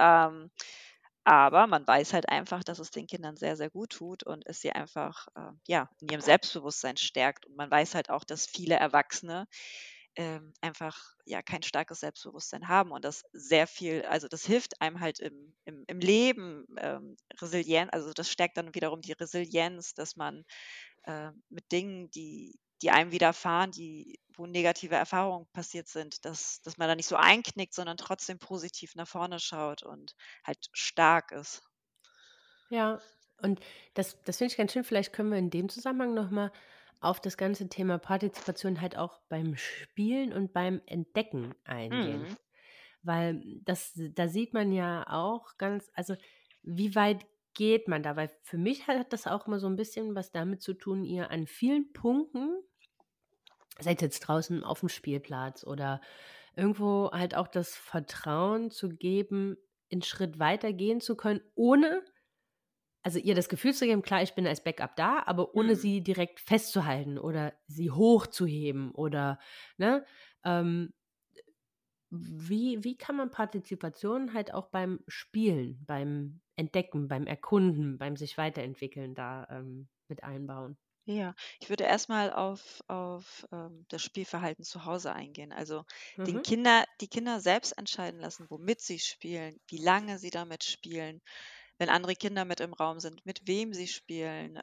Aber man weiß halt einfach, dass es den Kindern sehr, sehr gut tut und es sie einfach, ja, in ihrem Selbstbewusstsein stärkt. Und man weiß halt auch, dass viele Erwachsene einfach ja kein starkes Selbstbewusstsein haben und das sehr viel, also das hilft einem halt im Leben, also das stärkt dann wiederum die Resilienz, dass man mit Dingen, die einem widerfahren, wo negative Erfahrungen passiert sind, dass man da nicht so einknickt, sondern trotzdem positiv nach vorne schaut und halt stark ist. Ja, und das finde ich ganz schön. Vielleicht können wir in dem Zusammenhang noch mal auf das ganze Thema Partizipation halt auch beim Spielen und beim Entdecken eingehen. Mhm. Weil da sieht man ja auch ganz, also, wie weit geht man da? Weil für mich hat das auch immer so ein bisschen was damit zu tun, ihr an vielen Punkten, seid jetzt draußen auf dem Spielplatz oder irgendwo, halt auch das Vertrauen zu geben, 'n Schritt weiter gehen zu können, ohne also ihr das Gefühl zu geben, klar, ich bin als Backup da, aber ohne Mhm. sie direkt festzuhalten oder sie hochzuheben oder, ne? Ähm, wie kann man Partizipation halt auch beim Spielen, beim Entdecken, beim Erkunden, beim sich weiterentwickeln da, mit einbauen? Ja, ich würde erstmal auf das Spielverhalten zu Hause eingehen. Also, Mhm. die Kinder selbst entscheiden lassen, womit sie spielen, wie lange sie damit spielen, wenn andere Kinder mit im Raum sind, mit wem sie spielen.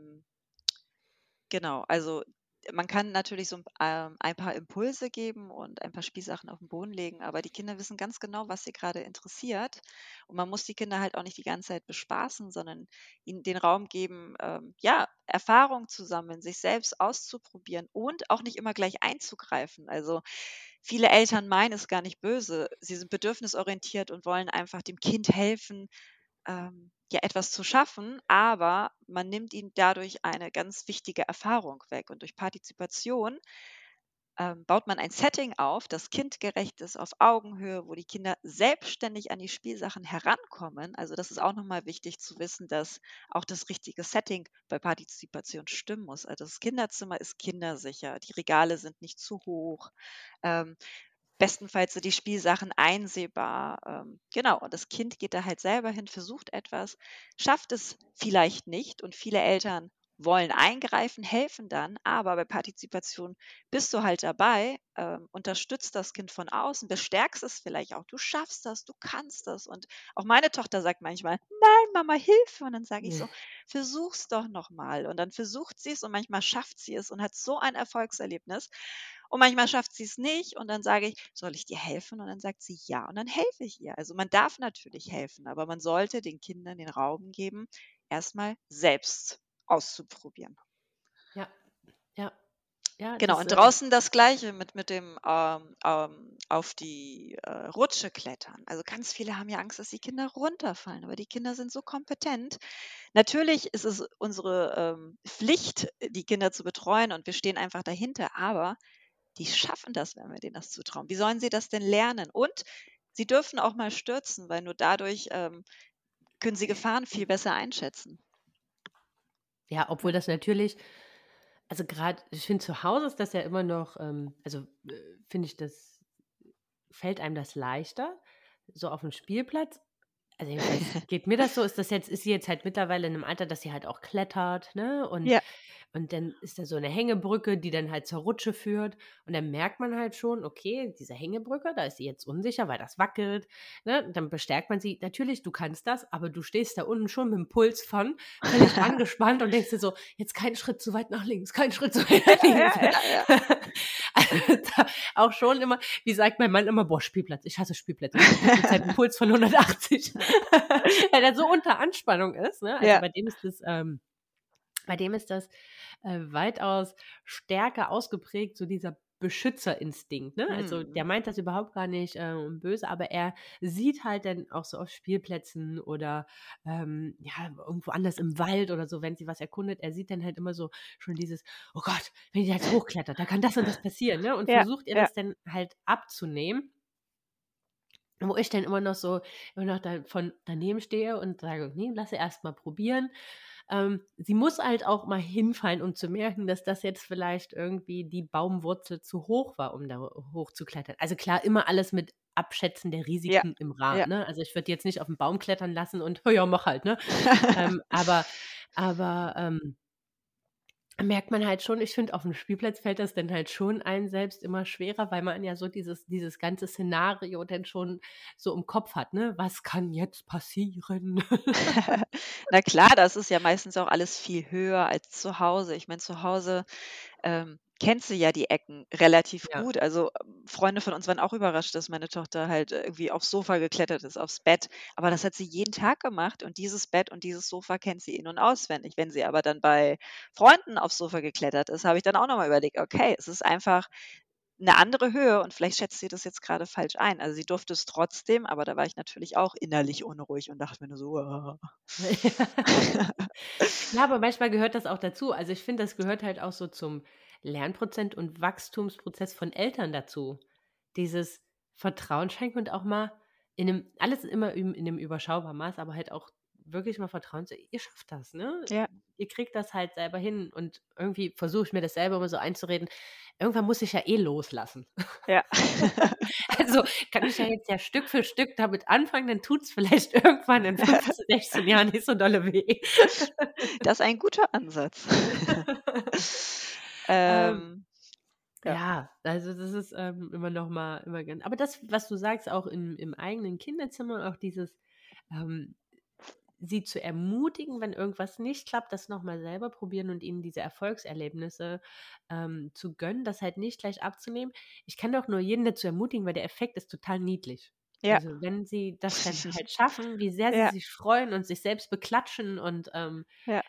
Genau, also man kann natürlich so ein paar Impulse geben und ein paar Spielsachen auf den Boden legen, aber die Kinder wissen ganz genau, was sie gerade interessiert. Und man muss die Kinder halt auch nicht die ganze Zeit bespaßen, sondern ihnen den Raum geben, ja, Erfahrung zu sammeln, sich selbst auszuprobieren und auch nicht immer gleich einzugreifen. Also viele Eltern meinen es gar nicht böse. Sie sind bedürfnisorientiert und wollen einfach dem Kind helfen, ja, etwas zu schaffen, aber man nimmt ihnen dadurch eine ganz wichtige Erfahrung weg. Und durch Partizipation baut man ein Setting auf, das kindgerecht ist, auf Augenhöhe, wo die Kinder selbstständig an die Spielsachen herankommen. Also das ist auch nochmal wichtig zu wissen, dass auch das richtige Setting bei Partizipation stimmen muss. Also das Kinderzimmer ist kindersicher, die Regale sind nicht zu hoch. Ähm, Bestenfalls sind die Spielsachen einsehbar. Genau, und das Kind geht da halt selber hin, versucht etwas, schafft es vielleicht nicht und viele Eltern wollen eingreifen, helfen dann, aber bei Partizipation bist du halt dabei, unterstützt das Kind von außen, bestärkst es vielleicht auch. Du schaffst das, du kannst das. Und auch meine Tochter sagt manchmal, nein, Mama, Hilfe. Und dann sage ich so, versuch's doch nochmal. Und dann versucht sie es und manchmal schafft sie es und hat so ein Erfolgserlebnis. Und manchmal schafft sie es nicht und dann sage ich: „Soll ich dir helfen?“ Und dann sagt sie: „Ja.“ Und dann helfe ich ihr. Also, man darf natürlich helfen, aber man sollte den Kindern den Raum geben, erstmal selbst auszuprobieren. Ja, ja, ja, Genau, das, und draußen das Gleiche mit dem, auf die, Rutsche klettern. Also, ganz viele haben ja Angst, dass die Kinder runterfallen, aber die Kinder sind so kompetent. Natürlich ist es unsere, Pflicht, die Kinder zu betreuen und wir stehen einfach dahinter, aber die schaffen das, wenn wir denen das zutrauen. Wie sollen sie das denn lernen? Und sie dürfen auch mal stürzen, weil nur dadurch, können sie Gefahren viel besser einschätzen. ja, obwohl Ja. das natürlich, also gerade, ich finde, zu Hause ist das ja immer noch, also, finde ich, das fällt einem das leichter, so auf dem Spielplatz. Also, jedenfalls geht mir das so, ist sie jetzt halt mittlerweile in 'nem Alter, dass sie halt auch klettert, ne? Ja, Und dann ist da so 'ne Hängebrücke, die dann halt zur Rutsche führt. Und dann merkt man halt schon, okay, diese Hängebrücke, da ist sie jetzt unsicher, weil das wackelt, ne? Dann bestärkt man sie: „Natürlich, du kannst das“, aber du stehst da unten schon mit'm Puls von, völlig angespannt und denkst dir so: „Jetzt keinen Schritt zu weit nach links, keinen Schritt zu weit nach ja, links.“ ja, ja. Also, da auch schon immer, wie sagt mein Mann immer: „Boah, Spielplatz, ich hasse Spielplätze. Ich habe zurzeit 'n Puls von 180.“ Weil der so unter Anspannung ist, ne? Also, Ja, bei dem ist das, weitaus stärker ausgeprägt, so dieser Beschützerinstinkt, ne? Also, der mhm. meint das überhaupt gar nicht, böse, aber er sieht halt dann auch so auf Spielplätzen oder, ja, irgendwo anders im Wald oder so, wenn sie was erkundet, er sieht dann halt immer so schon dieses: „Oh Gott, wenn die da jetzt hochklettert, da kann das und das passieren“, ne? Und Ja, versucht ihr ja. das dann halt abzunehmen, wo ich dann immer noch da von daneben stehe und sage: „Ne, lass sie erst mal probieren.“ Sie muss halt auch mal hinfallen, um zu merken, dass das jetzt vielleicht irgendwie die Baumwurzel zu hoch war, um da hochzuklettern. Also klar, immer alles mit Abschätzen der Ja, Risiken im ja. Rahmen, ne? Also, ich würde die jetzt nicht auf 'n Baum klettern lassen und: „Ja, mach halt“, ne? Aber merkt man halt schon, ich finde, aufm Spielplatz fällt das dann halt schon einem selbst immer schwerer, weil man ja so dieses ganze Szenario dann schon so im Kopf hat, ne? „Was kann jetzt passieren?“ Na klar, das ist ja meistens auch alles viel höher als zu Hause. Ich meine, zu Hause kennst du ja die Ecken relativ Ja. gut. Also, Freunde von uns waren auch überrascht, dass meine Tochter halt irgendwie aufs Sofa geklettert ist, aufs Bett. Aber das hat sie jeden Tag gemacht und dieses Bett und dieses Sofa kennt sie in und auswendig. Wenn sie aber dann bei Freunden aufs Sofa geklettert ist, habe ich dann auch noch mal überlegt: „Okay, es ist einfach eine andere Höhe und vielleicht schätzt sie das jetzt gerade falsch ein.“ Also, sie durfte es trotzdem, aber da war ich natürlich auch innerlich unruhig und dachte mir nur so: „Ah.“ Ja, aber manchmal gehört das auch dazu. Also, ich finde, das gehört halt auch so zum Lernprozess und Wachstumsprozess von Eltern dazu. Dieses Vertrauen schenken und auch mal in 'nem, alles immer in 'nem überschaubaren Maß, aber halt auch wirklich mal vertrauen, so, ihr schafft das, ne? Ja. Ihr kriegt das halt selber hin. Und irgendwie versuche ich mir das selber immer so einzureden, irgendwann muss ich ja eh loslassen. Ja. Also kann ich ja jetzt ja Stück für Stück damit anfangen, dann tut es vielleicht irgendwann in 15, 16 Jahren nicht so dolle weh. Das ist ein guter Ansatz. Ähm, Ja. ja, also das ist immer noch mal immer ganz. Aber das, was du sagst, auch im eigenen Kinderzimmer, auch dieses, ähm, sie zu ermutigen, wenn irgendwas nicht klappt, das noch mal selber probieren und ihnen diese Erfolgserlebnisse zu gönnen, das halt nicht gleich abzunehmen. Ich kann doch nur jeden dazu ermutigen, weil der Effekt ist total niedlich. Ja. Also wenn sie das dann halt schaffen, wie sehr sie Ja. sich freuen und sich selbst beklatschen, und Ja.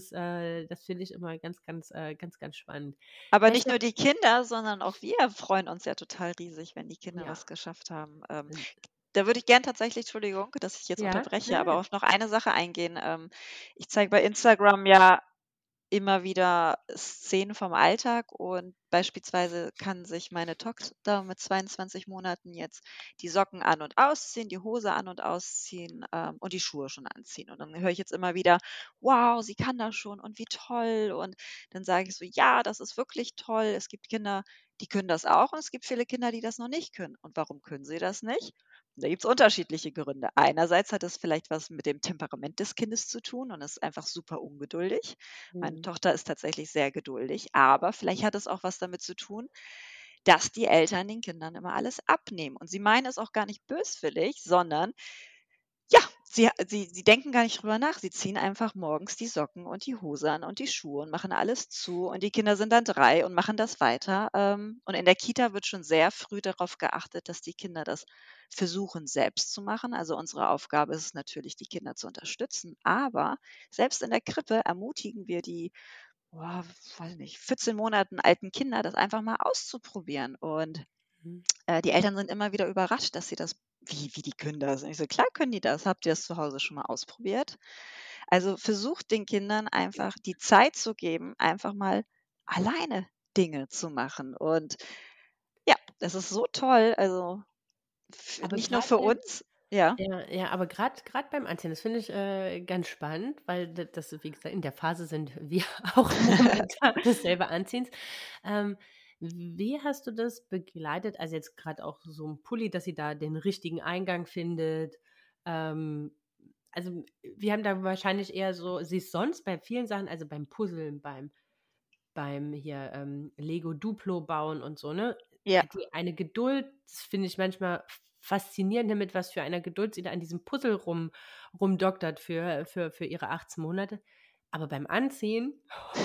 das finde ich immer ganz spannend. Aber Ja, ich nicht nur glaube, die Kinder, sondern auch wir freuen uns ja total riesig, wenn die Kinder ja. was geschafft haben. Da würde ich gern tatsächlich, Entschuldigung, dass ich jetzt Ja, unterbreche, nein, aber nein. auf noch eine Sache eingehen. Ich zeige bei Instagram ja immer wieder Szenen vom Alltag und beispielsweise kann sich meine Tochter mit 22 Monaten jetzt die Socken an und ausziehen, die Hose an und ausziehen, und die Schuhe schon anziehen. Und dann höre ich jetzt immer wieder: „Wow, sie kann das schon und wie toll.“ Und dann sage ich so: „Ja, das ist wirklich toll. Es gibt Kinder, die können das auch und es gibt viele Kinder, die das noch nicht können. Und warum können sie das nicht?“ Da gibt es unterschiedliche Gründe. Einerseits hat es vielleicht was mit dem Temperament des Kindes zu tun und ist einfach super ungeduldig. Meine Mhm. Tochter ist tatsächlich sehr geduldig, aber vielleicht hat es auch was damit zu tun, dass die Eltern den Kindern immer alles abnehmen. Und sie meinen es auch gar nicht böswillig, sondern ja, sie denken gar nicht drüber nach. Sie ziehen einfach morgens die Socken und die Hose an und die Schuhe und machen alles zu und die Kinder sind dann 3 und machen das weiter. Und in der Kita wird schon sehr früh darauf geachtet, dass die Kinder das versuchen, selbst zu machen. Also, unsere Aufgabe ist es natürlich, die Kinder zu unterstützen, aber selbst in der Krippe ermutigen wir die, weiß nicht, 14 Monaten alten Kinder, das einfach mal auszuprobieren. Und Mhm. die Eltern sind immer wieder überrascht, dass sie das wie die können das? Und ich so: „Klar können die das. Habt ihr das zu Hause schon mal ausprobiert?“ Also, versucht den Kindern einfach die Zeit zu geben, einfach mal alleine Dinge zu machen. Und ja, das ist so toll, also, f Aber nicht nur gerade für beim uns. Ja, ja, aber gerade beim Anziehen, das finde ich, ganz spannend, weil das, wie gesagt, in der Phase sind wir auch momentan des selber Anziehens. Ähm, wie hast du das begleitet? Also, jetzt gerade auch so ein Pulli, dass sie da den richtigen Eingang findet. Ähm, also, wir haben da wahrscheinlich eher so, sie ist sonst bei vielen Sachen, also beim Puzzeln, beim hier, Lego Duplo bauen und so, ne, ja. hat die eine Geduld, das finde ich manchmal faszinierend, mit was für einer Geduld sie da an diesem Puzzle rumdoktert für ihre 18 Monate. Aber beim Anziehen,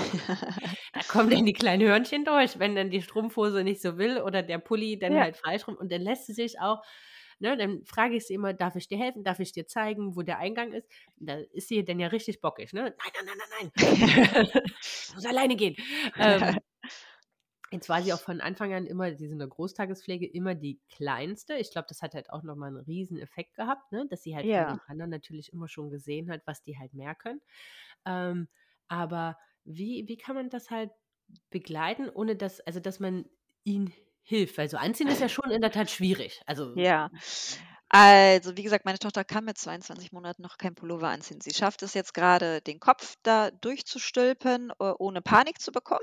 da kommen dann die kleinen Hörnchen durch, wenn dann die Strumpfhose nicht so will oder der Pulli dann Ja. halt falsch rum, und dann lässt sie sich auch, ne, dann frage ich sie immer: „Darf ich dir helfen? Darf ich dir zeigen, wo der Eingang ist?“ Da ist sie dann ja richtig bockig, ne? „Nein, nein, nein, nein, nein. Ich muss alleine gehen.“ Ähm, Jetzt war sie auch von Anfang an immer, sie sind in der Großtagespflege, immer die Kleinste. Ich glaube, das hat halt auch noch mal 'n riesen Effekt gehabt, ne, dass sie halt von den Ja. anderen natürlich immer schon gesehen hat, was die halt mehr können. Ähm, aber wie kann man das halt begleiten, ohne dass, also, dass man ihnen hilft? Weil so Anziehen ist ja schon in der Tat schwierig. Also, Ja. Also, wie gesagt, meine Tochter kann mit 22 Monaten noch kein Pullover anziehen. Sie schafft es jetzt gerade, den Kopf da durchzustülpen, ohne Panik zu bekommen.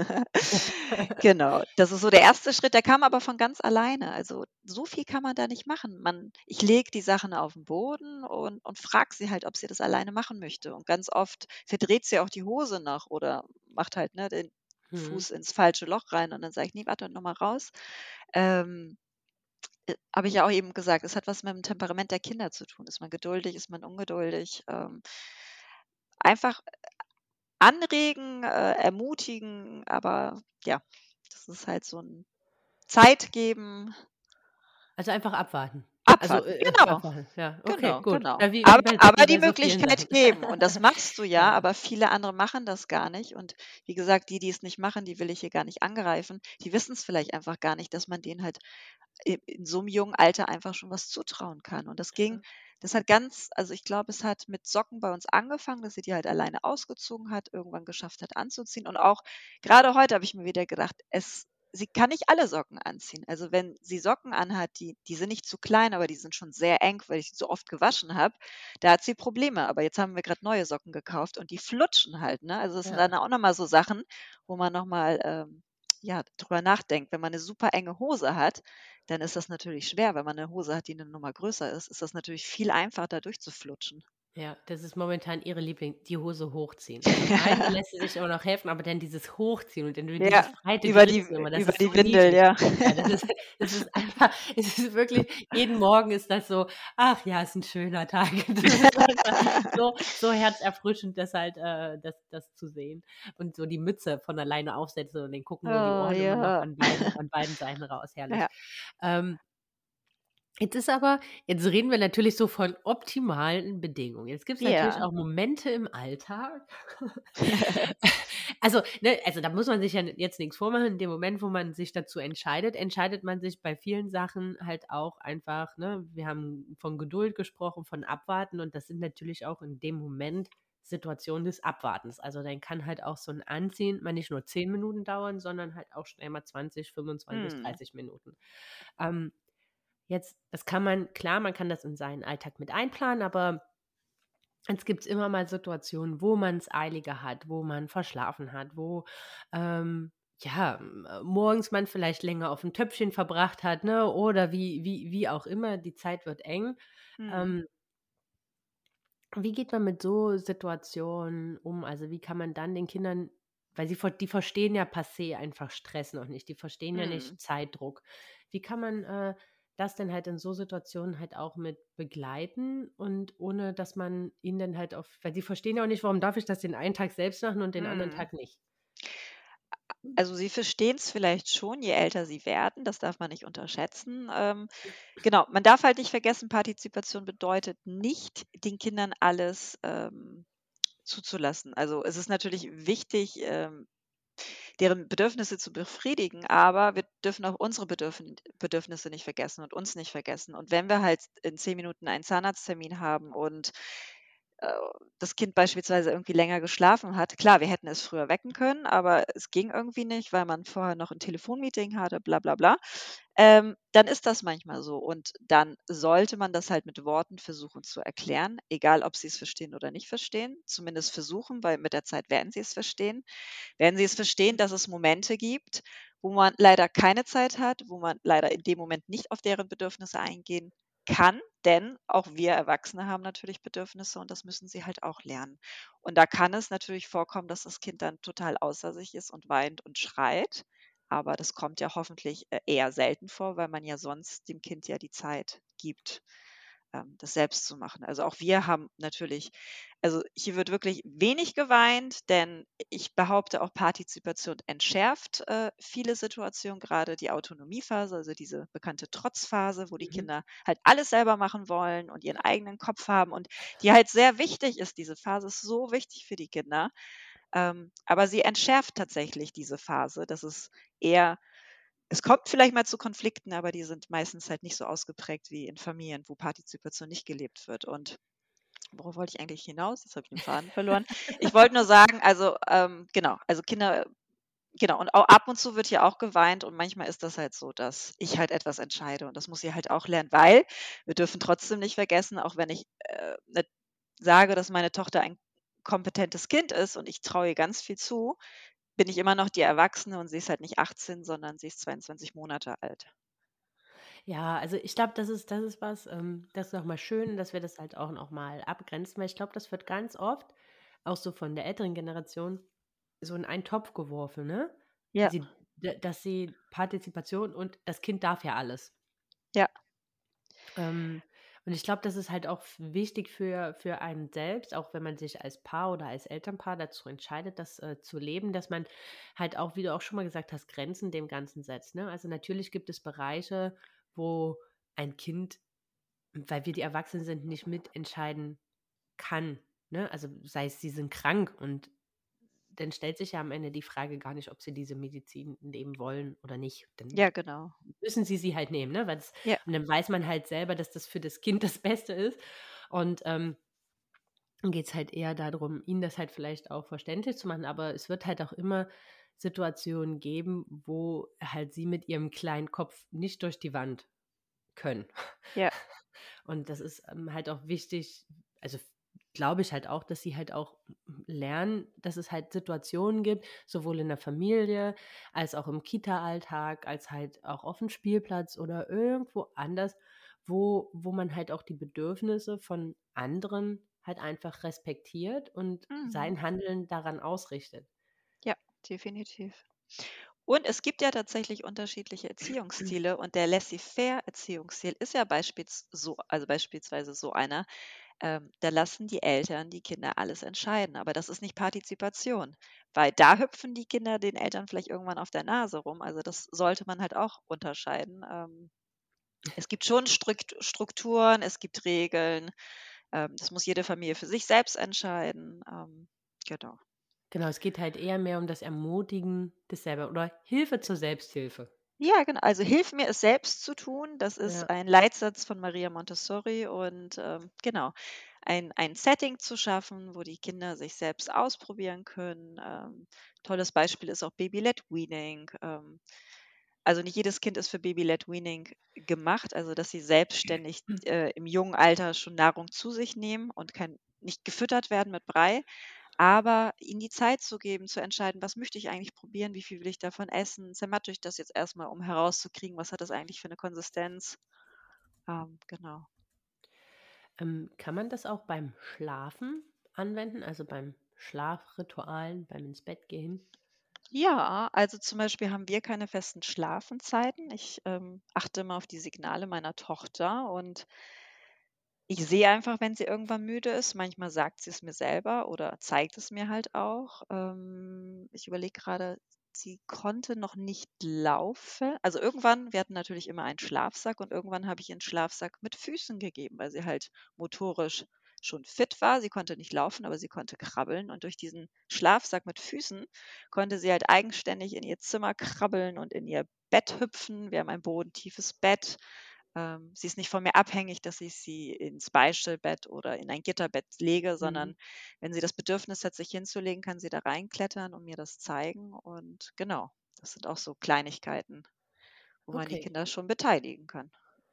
Genau, das ist so der erste Schritt, der kam aber von ganz alleine. Also, so viel kann man da nicht machen. Ich lege die Sachen auf den Boden und frage sie halt, ob sie das alleine machen möchte. Und ganz oft verdreht sie auch die Hose noch oder macht halt, ne, den mhm. Fuß ins falsche Loch rein und dann sage ich: „Ne, warte noch mal raus.“ Ähm Habe ich ja auch eben gesagt, es hat was mit dem Temperament der Kinder zu tun. Ist man geduldig, ist man ungeduldig? Einfach anregen, ermutigen, aber ja, das ist halt so 'n Zeit geben, Also, einfach abwarten. Also, abwarten. Genau, abwarten, ja, okay, genau, gut. genau. Ja, Aber wie aber die bei so vielen Möglichkeit Sachen. geben und das machst du ja, Ja. aber viele andere machen das gar nicht und wie gesagt, die, die es nicht machen, die will ich hier gar nicht angreifen. Die wissen's vielleicht einfach gar nicht, dass man denen halt in so 'nem jungen Alter einfach schon was zutrauen kann. Und das hat ganz also, ich glaube, es hat mit Socken bei uns angefangen, dass sie die halt alleine ausgezogen hat, irgendwann geschafft hat anzuziehen. Und auch grade heute habe ich mir wieder gedacht, sie kann nicht alle Socken anziehen. Also wenn sie Socken anhat, die sind nicht zu klein, aber die sind schon sehr eng, weil ich sie so oft gewaschen habe, da hat sie Probleme. Aber jetzt haben wir gerade neue Socken gekauft und die flutschen halt, ne? Also das sind Ja. dann auch noch mal so Sachen, wo man noch mal, ja, drüber nachdenkt. Wenn man eine super enge Hose hat, dann ist das natürlich schwer. Wenn man eine Hose hat, die eine Nummer größer ist das natürlich viel einfacher, da durchzuflutschen. Ja, das ist momentan ihre Liebling, die Hose hochziehen. Also rein lässt sie sich immer noch helfen, aber dann dieses Hochziehen und dann dieses Ja, breite über die Grinsen immer, das über ist so die Windel, niedlich. ja. Ja, das ist einfach es ist wirklich jeden Morgen ist das so: „Ach ja, ist 'n schöner Tag.“ Das ist einfach so herzerfrischend, das halt, das zu sehen und so die Mütze von alleine aufsetzen und dann gucken so die Oh, Ohren immer noch ja. an beiden Seiten raus, herrlich. Ja, Ähm Jetzt ist aber jetzt reden wir natürlich so von optimalen Bedingungen. Jetzt gibt's natürlich ja. auch Momente im Alltag. Also, ne, also, da muss man sich ja jetzt nix vormachen. In dem Moment, wo man sich dazu entscheidet, entscheidet man sich bei vielen Sachen halt auch einfach, ne, wir haben von Geduld gesprochen, von Abwarten und das sind natürlich auch in dem Moment Situationen des Abwartens. Also, dann kann halt auch so 'n Anziehen mal nicht nur 10 Minuten dauern, sondern halt auch schnell mal 20, 25, Mhm. 30 Minuten. Ähm, Jetzt das kann man klar, man kann das in seinen Alltag mit einplanen, aber es gibt immer mal Situationen, wo man es eiliger hat, wo man verschlafen hat, wo, ja, morgens man vielleicht länger auf auf'm Töpfchen verbracht hat, ne, oder wie auch immer, die Zeit wird eng. Mhm. Ähm, Wie geht man mit so Situationen um? Also, wie kann man dann den Kindern weil die verstehen ja passé einfach Stress noch nicht. Die verstehen ja Mhm. nicht Zeitdruck. Wie kann man, das denn halt in so Situationen halt auch mit begleiten und ohne dass man ihnen dann halt auf weil die verstehen ja auch nicht, warum darf ich das den einen Tag selbst machen und den anderen Mhm. Tag nicht? Also, sie verstehen es vielleicht schon, je älter sie werden, das darf man nicht unterschätzen. Genau, man darf halt nicht vergessen, Partizipation bedeutet nicht, den Kindern alles, zuzulassen. Also, es ist natürlich wichtig, deren Bedürfnisse zu befriedigen, aber wir dürfen auch unsere Bedürfnisse nicht vergessen und uns nicht vergessen. Und wenn wir halt in 10 Minuten einen Zahnarzttermin haben und, äh, das Kind beispielsweise irgendwie länger geschlafen hat, klar, wir hätten es früher wecken können, aber es ging irgendwie nicht, weil man vorher noch 'n Telefonmeeting hatte, bla bla bla. Dann ist das manchmal so und dann sollte man das halt mit Worten versuchen zu erklären, egal ob sie es verstehen oder nicht verstehen. Zumindest versuchen, weil mit der Zeit werden sie es verstehen. Werden Sie es verstehen, dass es Momente gibt, wo man leider keine Zeit hat, wo man leider in dem Moment nicht auf deren Bedürfnisse eingehen kann, denn auch wir Erwachsene haben natürlich Bedürfnisse und das müssen sie halt auch lernen. Und da kann es natürlich vorkommen, dass das Kind dann total außer sich ist und weint und schreit, aber das kommt ja hoffentlich, eher selten vor, weil man ja sonst dem Kind ja die Zeit gibt, das selbst zu machen. Also, auch wir haben natürlich also, hier wird wirklich wenig geweint, denn ich behaupte auch, Partizipation entschärft, viele Situationen, gerade die Autonomiephase, also diese bekannte Trotzphase, wo die Mhm. Kinder halt alles selber machen wollen und ihren eigenen Kopf haben und die halt sehr wichtig ist. Diese Phase ist so wichtig für die Kinder, aber sie entschärft tatsächlich diese Phase. Das ist eher es kommt vielleicht mal zu Konflikten, aber die sind meistens halt nicht so ausgeprägt wie in Familien, wo Partizipation nicht gelebt wird. Und worauf wollte ich eigentlich hinaus? Jetzt habe ich den Faden verloren. Ich wollte nur sagen, also, genau, also Kinder genau, und au ab und zu wird ja auch geweint und manchmal ist das halt so, dass ich halt etwas entscheide und das muss sie halt auch lernen, weil wir dürfen trotzdem nicht vergessen, auch wenn ich, sage, dass meine Tochter ein kompetentes Kind ist und ich traue ihr ganz viel zu, bin ich immer noch die Erwachsene und sie ist halt nicht 18, sondern sie ist 22 Monate alt. Ja, also ich glaube, das ist was, das ist noch mal schön, dass wir das halt auch noch mal abgrenzen, weil ich glaube, das wird ganz oft, auch so von der älteren Generation, so in einen Topf geworfen, ne? Ja, Dass sie Partizipation und das Kind darf ja alles. ja. Ähm, und ich glaube, das ist halt auch wichtig für einen selbst, auch wenn man sich als Paar oder als Elternpaar dazu entscheidet, das, zu leben, dass man halt auch, wie du auch schon mal gesagt hast, Grenzen dem Ganzen setzt, ne? Also, natürlich gibt es Bereiche, wo ein Kind, weil wir die Erwachsenen sind, nicht mitentscheiden kann, ne? Also, sei es, sie sind krank und dann stellt sich ja am Ende die Frage gar nicht, ob sie diese Medizin nehmen wollen oder nicht. Dann Ja, genau. müssen sie halt nehmen, ne? Ja. Und dann weiß man halt selber, dass das für das Kind das Beste ist. Und, dann geht's halt eher darum, ihnen das halt vielleicht auch verständlich zu machen, aber es wird halt auch immer Situationen geben, wo halt sie mit ihrem kleinen Kopf nicht durch die Wand können. Ja. Und das ist halt auch wichtig, also glaube ich halt auch, dass sie halt auch lernen, dass es halt Situationen gibt, sowohl in der Familie als auch im Kita-Alltag, als halt auch auf dem Spielplatz oder irgendwo anders, wo man halt auch die Bedürfnisse von anderen halt einfach respektiert und Mhm. sein Handeln daran ausrichtet. Ja, definitiv. Und es gibt ja tatsächlich unterschiedliche Erziehungsstile und der Laissez-faire-Erziehungsstil ist ja beispielsweise so einer, da lassen die Eltern die Kinder alles entscheiden, aber das ist nicht Partizipation, weil da hüpfen die Kinder den Eltern vielleicht irgendwann auf der Nase rum. Also das sollte man halt auch unterscheiden. Es gibt schon Strukturen, es gibt Regeln. Das muss jede Familie für sich selbst entscheiden. Genau. Genau, es geht halt eher mehr um das Ermutigen des selber oder Hilfe zur Selbsthilfe. Ja, genau. Also hilf mir, es selbst zu tun. Das ist Ja. ein Leitsatz von Maria Montessori und genau, ein Setting zu schaffen, wo die Kinder sich selbst ausprobieren können. Tolles Beispiel ist auch Baby-led Weaning. Also nicht jedes Kind ist für Baby-led Weaning gemacht, also dass sie selbstständig im jungen Alter schon Nahrung zu sich nehmen und nicht gefüttert werden mit Brei, aber ihnen die Zeit zu geben, zu entscheiden: „Was möchte ich eigentlich probieren? Wie viel will ich davon essen? Zermatsche ich das jetzt erstmal, um herauszukriegen, was hat das eigentlich für eine Konsistenz?“ Genau. Kann man das auch beim Schlafen anwenden, also beim Schlafritualen, beim ins Bett gehen? Ja, also zum Beispiel haben wir keine festen Schlafenszeiten. Ich achte immer auf die Signale meiner Tochter und ich sehe einfach, wenn sie irgendwann müde ist. Manchmal sagt sie es mir selber oder zeigt es mir halt auch. Ich überlege gerade, sie konnte noch nicht laufen. Also irgendwann, wir hatten natürlich immer einen Schlafsack und irgendwann habe ich ihren Schlafsack mit Füßen gegeben, weil sie halt motorisch schon fit war. Sie konnte nicht laufen, aber sie konnte krabbeln. Und durch diesen Schlafsack mit Füßen konnte sie halt eigenständig in ihr Zimmer krabbeln und in ihr Bett hüpfen. Wir haben ein bodentiefes Bett. Sie ist nicht von mir abhängig, dass ich sie ins Beistellbett oder in ein Gitterbett lege, Mhm. sondern wenn sie das Bedürfnis hat, sich hinzulegen, kann sie da reinklettern und mir das zeigen. Und genau, das sind auch so Kleinigkeiten, wo man die Okay. Kinder schon beteiligen kann.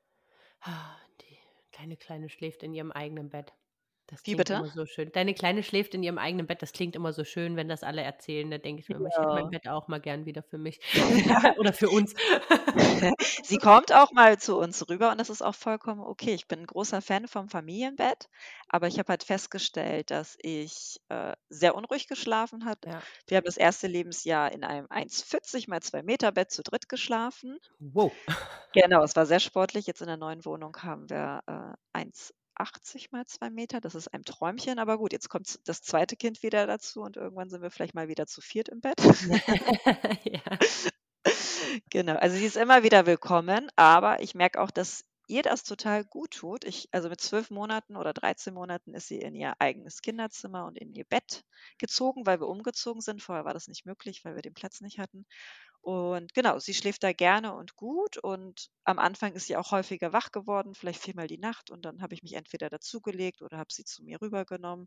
Die deine Kleine schläft in ihrem eigenen Bett. Das Wie klingt bitte? immer so schön. Deine Kleine schläft in ihrem eigenen Bett. Das klingt immer so schön, wenn das alle erzählen. Da denke ich mir immer, ich hätte mein Ja. Bett auch mal gern wieder für mich oder für uns. Sie kommt auch mal zu uns rüber und das ist auch vollkommen okay. Ich bin 'n großer Fan vom Familienbett, aber ich habe halt festgestellt, dass ich, sehr unruhig geschlafen habe. Ja. Wir haben das erste Lebensjahr in einem 1,40 mal 2 Meter Bett zu dritt geschlafen. Wow. Genau, es war sehr sportlich. Jetzt in der neuen Wohnung haben wir, 1,80 mal 2 Meter. Das ist ein Träumchen, aber gut, jetzt kommt das zweite Kind wieder dazu und irgendwann sind wir vielleicht mal wieder zu viert im Bett. Ja. Genau, also sie ist immer wieder willkommen, aber ich merke auch, dass ihr das total gut tut. Also mit 12 Monaten oder 13 Monaten ist sie in ihr eigenes Kinderzimmer und in ihr Bett gezogen, weil wir umgezogen sind. Vorher war das nicht möglich, weil wir den Platz nicht hatten. Und genau, sie schläft da gerne und gut und am Anfang ist sie auch häufiger wach geworden, vielleicht viermal die Nacht und dann habe ich mich entweder dazugelegt oder habe sie zu mir rübergenommen.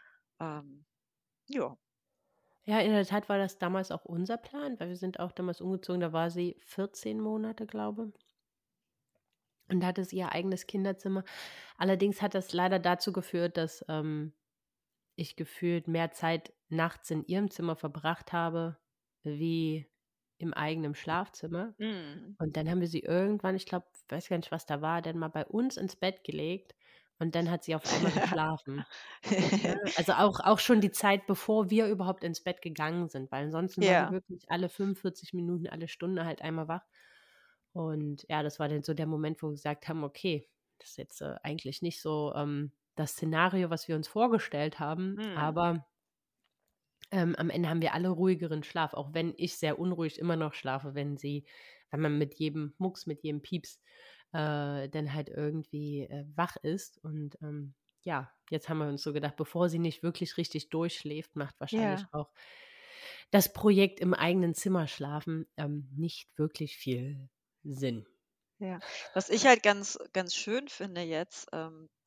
Ja. Ja, in der Tat war das damals auch unser Plan, weil wir sind auch damals umgezogen, da war sie 14 Monate, glaube und hatte sie ihr eigenes Kinderzimmer. Allerdings hat das leider dazu geführt, dass, ich gefühlt mehr Zeit nachts in ihrem Zimmer verbracht habe, wie im eigenen Schlafzimmer. Mhm. Und dann haben wir sie irgendwann, ich glaube, weiß gar nicht, was da war, dann mal bei uns ins Bett gelegt und dann hat sie auf einmal geschlafen. Ne? Also, auch schon die Zeit, bevor wir überhaupt ins Bett gegangen sind, weil ansonsten war sie Ja, wirklich alle 45 Minuten, alle Stunde halt einmal wach. Und ja, das war dann so der Moment, wo wir gesagt haben: „Okay, das ist jetzt, eigentlich nicht so, das Szenario, was wir uns vorgestellt haben, mhm. aber, am Ende haben wir alle ruhigeren Schlaf, auch wenn ich sehr unruhig immer noch schlafe, wenn man mit jedem Mucks, mit jedem Pieps, dann halt irgendwie, wach ist. Und, ja, jetzt haben wir uns so gedacht, bevor sie nicht wirklich richtig durchschläft, macht wahrscheinlich Ja. auch das Projekt im eigenen Zimmer schlafen, nicht wirklich viel Sinn. Ja. Was ich halt ganz ganz schön finde jetzt,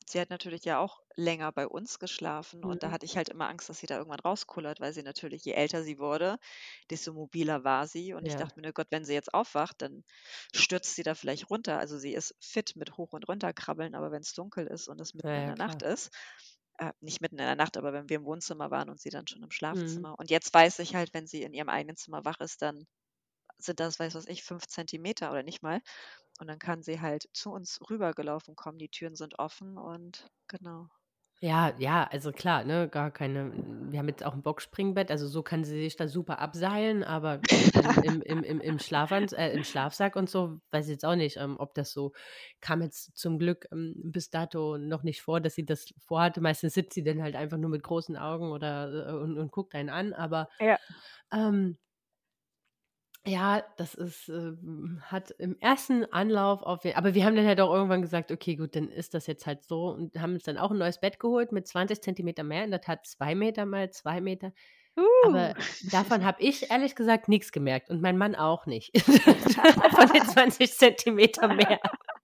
sie hat natürlich ja auch länger bei uns geschlafen und da Mhm. hatte ich halt immer Angst, dass sie da irgendwann rauskullert, weil sie natürlich, je älter sie wurde, desto mobiler war sie. Und ich Ja, dachte mir: „Oh Gott, wenn sie jetzt aufwacht, dann stürzt sie da vielleicht runter.“ Also, sie ist fit mit Hoch und Runterkrabbeln, aber wenn es dunkel ist und es ja, mitten in ja, der Nacht klar. ist, nicht mitten in der Nacht, aber wenn wir im Wohnzimmer waren und sie dann schon im Mhm. Schlafzimmer. Und jetzt weiß ich halt, wenn sie in ihrem eigenen Zimmer wach ist, dann sind das, weiß was ich, 5 Zentimeter oder nicht mal. Und dann kann sie halt zu uns rübergelaufen kommen. Die Türen sind offen und genau. Ja, ja, also klar, ne, gar keine wir haben jetzt auch 'n Boxspringbett, also so kann sie sich da super abseilen, aber im im Schlafsack und so, weiß ich jetzt auch nicht, ob das so kam jetzt zum Glück, bis dato noch nicht vor, dass sie das vorhatte. Meistens sitzt sie dann halt einfach nur mit großen Augen oder, und guckt einen an, aber, Ja. ähm ja, das ist, hat im ersten Anlauf aber wir haben dann halt auch irgendwann gesagt: „Okay, gut, dann ist das jetzt halt so“, und haben uns dann auch 'n neues Bett geholt mit 20 Zentimeter mehr, in der Tat 2 Meter mal 2 Meter. Uh. Aber davon habe ich ehrlich gesagt nix gemerkt und mein Mann auch nicht von den 20 Zentimeter mehr.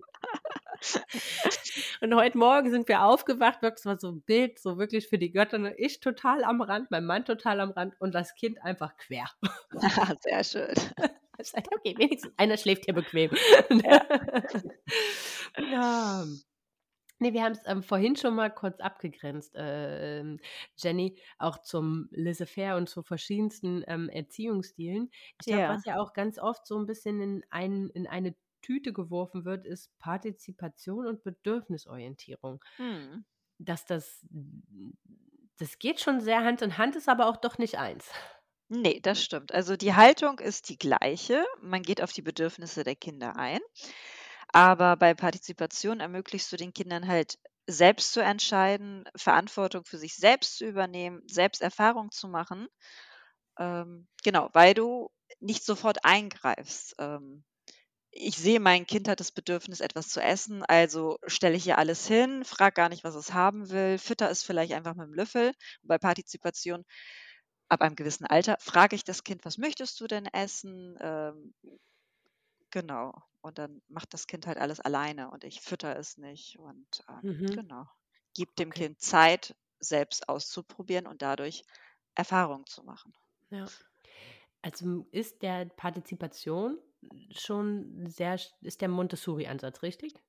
Und heute Morgen sind wir aufgewacht, wirklich, das war so 'n Bild, so wirklich für die Götter, ne? Ich total am Rand, mein Mann total am Rand und das Kind einfach quer. Sehr schön. Ich sage: „Okay, wenigstens einer schläft hier bequem.“ Ja. Ja. Ne, wir haben's, vorhin schon mal kurz abgegrenzt, Jenny, auch zum Laissez-faire und zu verschiedensten, Erziehungsstilen. Ich glaube, Ja. was ja auch ganz oft so 'n bisschen in eine Tüte geworfen wird, ist Partizipation und Bedürfnisorientierung. Mhm. Dass das geht schon sehr Hand in Hand, ist aber auch doch nicht eins. Ne, das stimmt. Also, die Haltung ist die gleiche. Man geht auf die Bedürfnisse der Kinder ein. Aber bei Partizipation ermöglichst du den Kindern halt selbst zu entscheiden, Verantwortung für sich selbst zu übernehmen, selbst Erfahrung zu machen. Genau, weil du nicht sofort eingreifst. Ich sehe, mein Kind hat das Bedürfnis, etwas zu essen, also stelle ich ihr alles hin, frage gar nicht, was es haben will, fütter es vielleicht einfach mit dem Löffel. Bei Partizipation ab einem gewissen Alter frage ich das Kind: „Was möchtest du denn essen?“ Genau. Und dann macht das Kind halt alles alleine und ich fütter es nicht und, Mhm, genau. Gebe dem okay, Kind Zeit, selbst auszuprobieren und dadurch Erfahrung zu machen. ja. Also, ist der Partizipation schon sehr ist der Montessori-Ansatz richtig?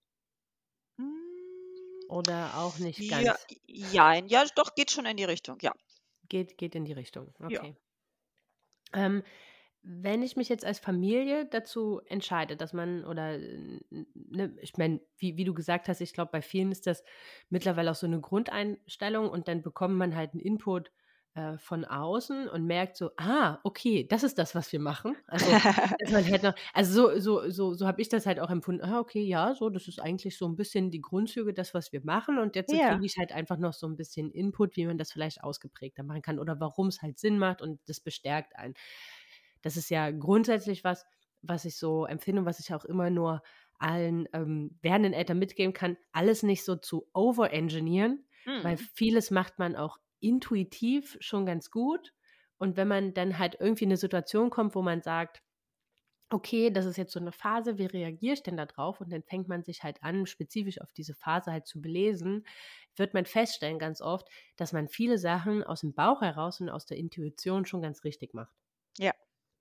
Hm, Oder auch nicht ja, ganz? jein. Ja, doch, geht schon in die Richtung, ja. Geht in die Richtung, Ja. okay. Ähm, wenn ich mich jetzt als Familie dazu entscheide, dass man oder, ne, ich meine, wie du gesagt hast, ich glaube, bei vielen ist das mittlerweile auch so eine Grundeinstellung und dann bekommt man halt 'n Input, von außen und merkt so: „Ah, okay, das ist das, was wir machen.“ Also, dass man halt noch so habe ich das halt auch empfunden. „Ah, okay, ja, so, das ist eigentlich so ein bisschen die Grundzüge, das, was wir machen und jetzt Ja, kriege ich halt einfach noch so ein bisschen Input, wie man das vielleicht ausgeprägter machen kann oder warum es halt Sinn macht und das bestärkt einen.“ Das ist ja grundsätzlich was, was ich so empfinde und was ich auch immer nur allen, werdenden Eltern mitgeben kann, alles nicht so zu overengineeren, weil mhm. vieles macht man auch intuitiv schon ganz gut. Und wenn man dann halt irgendwie in 'ne Situation kommt, wo man sagt: „Okay, das ist jetzt so 'ne Phase, wie reagiere ich denn da drauf?“ Und dann fängt man sich halt an, spezifisch auf diese Phase halt zu belesen, wird man feststellen ganz oft, dass man viele Sachen aus'm Bauch heraus und aus der Intuition schon ganz richtig macht. Ja.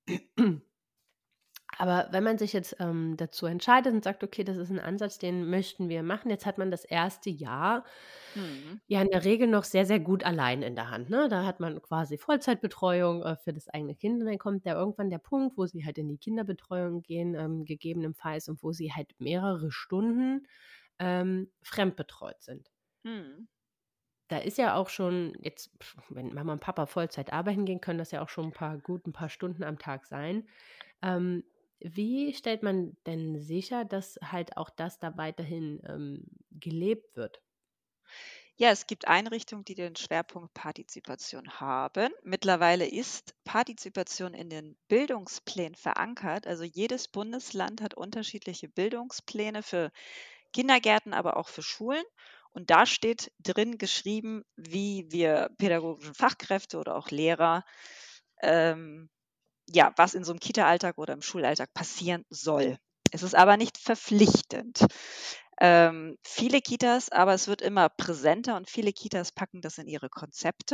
Aber wenn man sich jetzt, dazu entscheidet und sagt: „Okay, das ist 'n Ansatz, den möchten wir machen“, jetzt hat man das erste Jahr Mhm. ja in der Regel noch sehr, sehr gut allein in der Hand, ne? Da hat man quasi Vollzeitbetreuung, für das eigene Kind und dann kommt ja irgendwann der Punkt, wo sie halt in die Kinderbetreuung gehen, gegebenenfalls und wo sie halt mehrere Stunden, fremdbetreut sind. Mhm. Da ist ja auch schon jetzt, wenn Mama und Papa Vollzeit arbeiten gehen, können das ja auch schon ein paar Stunden am Tag sein. Ähm, wie stellt man denn sicher, dass halt auch das da weiterhin, gelebt wird? Ja, es gibt Einrichtungen, die den Schwerpunkt Partizipation haben. Mittlerweile ist Partizipation in den Bildungsplänen verankert. Also jedes Bundesland hat unterschiedliche Bildungspläne für Kindergärten, aber auch für Schulen. Und da steht drin geschrieben, wie wir pädagogischen Fachkräfte oder auch Lehrer, ähm, ja, was in so einem Kita-Alltag oder im Schulalltag passieren soll. Es ist aber nicht verpflichtend. Viele Kitas, aber es wird immer präsenter und viele Kitas packen das in ihre Konzepte.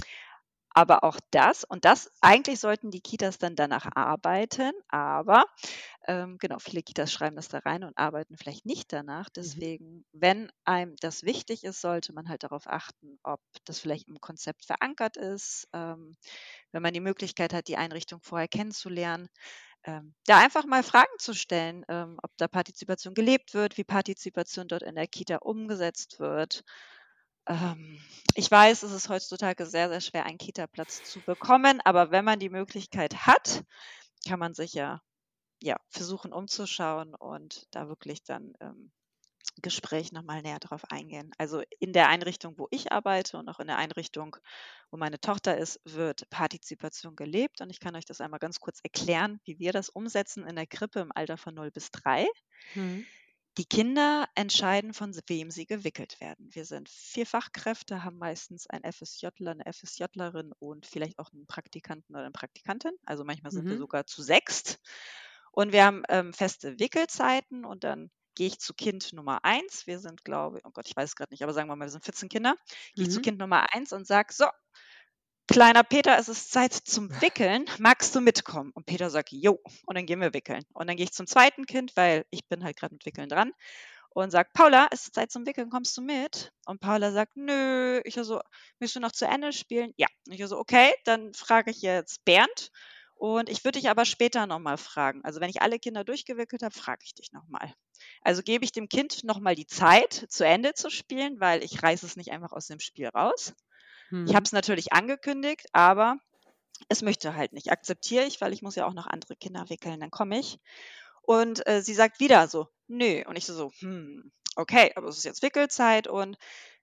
Aber auch das eigentlich sollten die Kitas dann danach arbeiten, aber genau, viele Kitas schreiben das da rein und arbeiten vielleicht nicht danach. Deswegen, wenn einem das wichtig ist, sollte man halt darauf achten, ob das vielleicht im Konzept verankert ist, wenn man die Möglichkeit hat, die Einrichtung vorher kennenzulernen, da einfach mal Fragen zu stellen, ob da Partizipation gelebt wird, wie Partizipation dort in der Kita umgesetzt wird. Ähm, Ich weiß, es ist heutzutage sehr, sehr schwer, einen Kita-Platz zu bekommen, aber wenn man die Möglichkeit hat, kann man sich ja, versuchen umzuschauen und da wirklich dann Gespräch nochmal näher drauf eingehen. Also in der Einrichtung, wo ich arbeite und auch in der Einrichtung, wo meine Tochter ist, wird Partizipation gelebt. Und ich kann euch das einmal ganz kurz erklären, wie wir das umsetzen in der Krippe im Alter von 0 bis 3. Mhm. Die Kinder entscheiden, von wem sie gewickelt werden. Wir sind 4 Fachkräfte, haben meistens einen FSJler, eine FSJlerin und vielleicht auch einen Praktikanten oder eine Praktikantin. Also manchmal sind wir Mhm. sogar zu 6. Und wir haben feste Wickelzeiten und dann gehe ich zu Kind Nummer 1. Wir sind, glaube ich, oh Gott, ich weiß es gerade nicht, aber sagen wir mal, wir sind 14 Kinder. Gehe ich zu Mhm. Kind Nummer 1 und sage, so, kleiner Peter, es ist Zeit zum Wickeln. Magst du mitkommen? Und Peter sagt, jo. Und dann gehen wir wickeln. Und dann gehe ich zum zweiten Kind, weil ich bin halt gerade mit Wickeln dran und sage, Paula, es ist Zeit zum Wickeln, kommst du mit? Und Paula sagt, nö. Ich so, willst du noch zu Ende spielen? Ja. Ich so, okay, dann frage ich jetzt Bernd. Und ich würde dich aber später nochmal fragen. Also wenn ich alle Kinder durchgewickelt habe, frage ich dich nochmal. Also gebe ich dem Kind nochmal die Zeit, zu Ende zu spielen, weil ich reiße es nicht einfach aus dem Spiel raus. Ich habe Mhm. es natürlich angekündigt, aber es möchte halt nicht. Akzeptiere ich, weil ich muss ja auch noch andere Kinder wickeln. Dann komme ich und sie sagt wieder so, nö. Und ich so, okay, aber es ist jetzt Wickelzeit und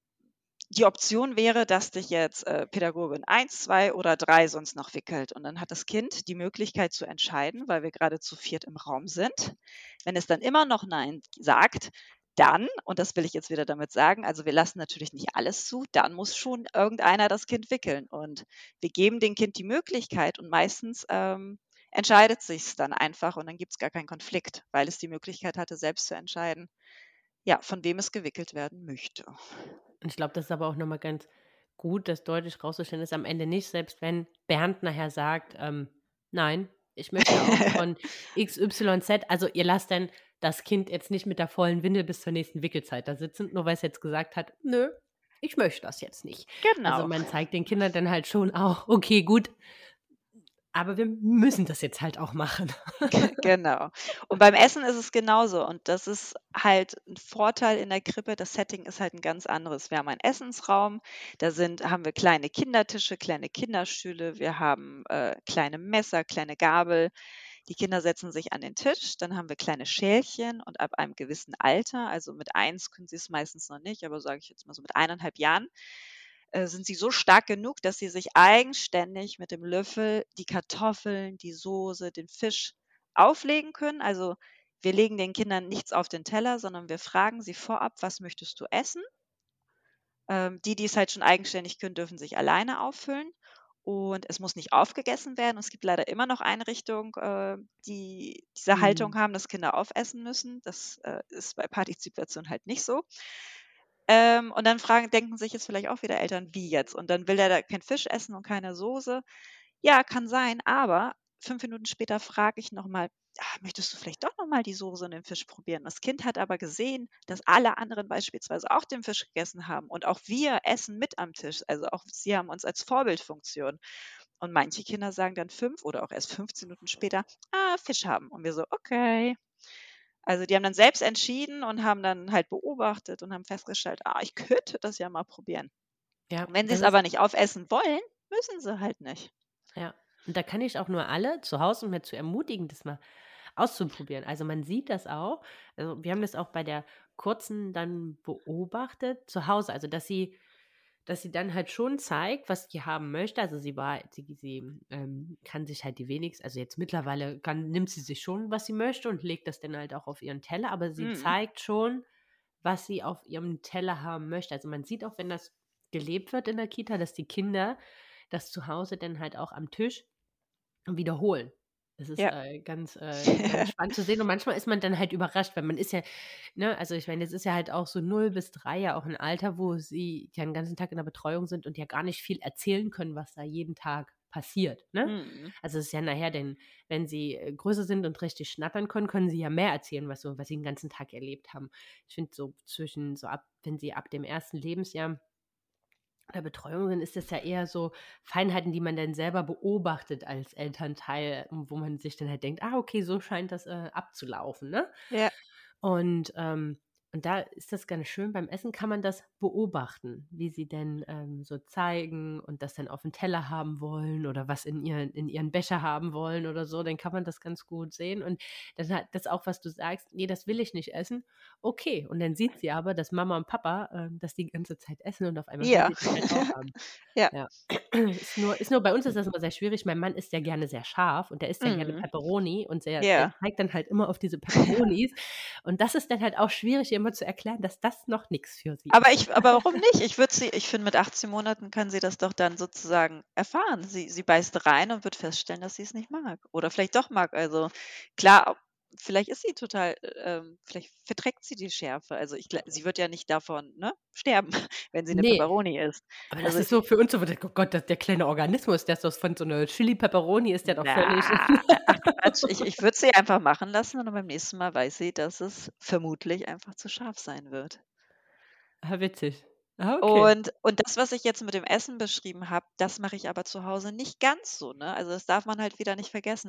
die Option wäre, dass dich jetzt Pädagogin 1, 2 oder 3 sonst noch wickelt. Und dann hat das Kind die Möglichkeit zu entscheiden, weil wir gerade zu viert im Raum sind. Wenn es dann immer noch Nein sagt, dann, und das will ich jetzt wieder damit sagen, also wir lassen natürlich nicht alles zu, dann muss schon irgendeiner das Kind wickeln. Und wir geben dem Kind die Möglichkeit und meistens entscheidet sich dann einfach und dann gibt es gar keinen Konflikt, weil es die Möglichkeit hatte, selbst zu entscheiden, ja, von wem es gewickelt werden möchte. Und ich glaube, das ist aber auch nochmal ganz gut, das deutlich rauszustellen, ist am Ende nicht, selbst wenn Bernd nachher sagt, nein, ich möchte auch von XYZ, also ihr lasst dann das Kind jetzt nicht mit der vollen Windel bis zur nächsten Wickelzeit da sitzen, nur weil es jetzt gesagt hat, nö, ich möchte das jetzt nicht. Also Genau. man zeigt den Kindern dann halt schon auch, okay, gut, aber wir müssen das jetzt halt auch machen. Genau. Und beim Essen ist es genauso und das ist halt 'n Vorteil in der Krippe. Das Setting ist halt 'n ganz anderes. Wir haben einen Essensraum, haben wir kleine Kindertische, kleine Kinderstühle, wir haben, kleine Messer, kleine Gabel. Die Kinder setzen sich an den Tisch, dann haben wir kleine Schälchen und ab einem gewissen Alter, also mit 1 können sie's meistens noch nicht, aber sage ich jetzt mal so mit 1,5 Jahren, sind sie so stark genug, dass sie sich eigenständig mit dem Löffel die Kartoffeln, die Soße, den Fisch auflegen können. Also, wir legen den Kindern nichts auf den Teller, sondern wir fragen sie vorab: „Was möchtest du essen?“ die es halt schon eigenständig können, dürfen sich alleine auffüllen und es muss nicht aufgegessen werden. Und es gibt leider immer noch Einrichtungen, die diese Haltung Mhm. haben, dass Kinder aufessen müssen. Das, ist bei Partizipation halt nicht so. Und dann denken sich jetzt vielleicht auch wieder Eltern: „Wie jetzt?“ Und dann will er da kein Fisch essen und keine Soße. Ja, kann sein, aber 5 Minuten später frage ich noch mal: „Möchtest du vielleicht doch noch mal die Soße und den Fisch probieren?“ Das Kind hat aber gesehen, dass alle anderen beispielsweise auch den Fisch gegessen haben und auch wir essen mit am Tisch. Also, auch sie haben uns als Vorbildfunktion. Und manche Kinder sagen dann 5 oder auch erst 15 Minuten später: Fisch haben.“ Und wir so: „Okay.“ Also, die haben dann selbst entschieden und haben dann halt beobachtet und haben festgestellt: ich könnte das ja mal probieren.“ Ja, Und wenn sie das es ist aber nicht aufessen wollen, müssen sie halt nicht. ja. Und da kann ich auch nur alle zu Hause mehr zu ermutigen, das mal auszuprobieren. Also, man sieht das auch. Also, wir haben das auch bei der Kurzen dann beobachtet zu Hause, also, dass sie dann halt schon zeigt, was die haben möchte. Also, sie kann sich halt die wenigst also, jetzt mittlerweile nimmt sie sich schon, was sie möchte und legt das dann halt auch auf ihren Teller, aber sie Mhm. zeigt schon, was sie auf ihrem Teller haben möchte. Also, man sieht auch, wenn das gelebt wird in der Kita, dass die Kinder das zu Hause dann halt auch am Tisch wiederholen. Es ist, Ja. ganz spannend zu sehen und manchmal ist man dann halt überrascht, weil man ist ja ne, also ich meine, es ist ja halt auch so 0 bis 3 ja auch ein Alter, wo sie ja 'n ganzen Tag in der Betreuung sind und ja gar nicht viel erzählen können, was da jeden Tag passiert, ne? Mhm. Also, es ist ja nachher denn wenn sie, größer sind und richtig schnattern können, können sie ja mehr erzählen, was sie den ganzen Tag erlebt haben. Ich finde so zwischen so ab wenn sie ab dem ersten Lebensjahr der Betreuung sind, ist das ja eher so Feinheiten, die man dann selber beobachtet als Elternteil, wo man sich dann halt denkt: „Ah, okay, so scheint das, abzulaufen“, ne? Ja. Und, und da ist das ganz schön, beim Essen kann man das beobachten, wie sie denn, so zeigen und das dann auf auf'n Teller haben wollen oder was in ihren Becher haben wollen oder so, dann kann man das ganz gut sehen. Und dann hat das auch, was du sagst: „Ne, das will ich nicht essen.“ Okay, und dann sieht sie aber, dass Mama und Papa, das die ganze Zeit essen und auf einmal will Ja. sie das halt auch haben. Ja. Ja. Ist nur bei uns ist das immer sehr schwierig. Mein Mann isst ja gerne sehr scharf und der isst ja gerne Mhm. Pepperoni und der Ja. zeigt dann halt immer auf diese Pepperonis. Und das ist dann halt auch schwierig, ihr immer zu erklären, dass das noch nix für sie ist. Aber warum nicht? Ich finde, mit 18 Monaten kann sie das doch dann sozusagen erfahren. Sie beißt rein und wird feststellen, dass sie es nicht mag oder vielleicht doch mag. Also, klar, vielleicht ist sie total vielleicht verträgt sie die Schärfe. Also, sie wird ja nicht davon, ne, sterben, wenn sie 'ne Ne, Peperoni isst. aber das Also, ist so für uns so, oh Gott, der kleine Organismus, der ist doch von so 'ner Chili Pepperoni ist der doch völlig na, ach Quatsch, ich würde sie einfach machen lassen und dann beim nächsten Mal weiß sie, dass es vermutlich einfach zu scharf sein wird. Ah, witzig. Ah, okay. Und das, was ich jetzt mit dem Essen beschrieben habe, das mache ich aber zu Hause nicht ganz so, ne? Also, das darf man halt wieder nicht vergessen.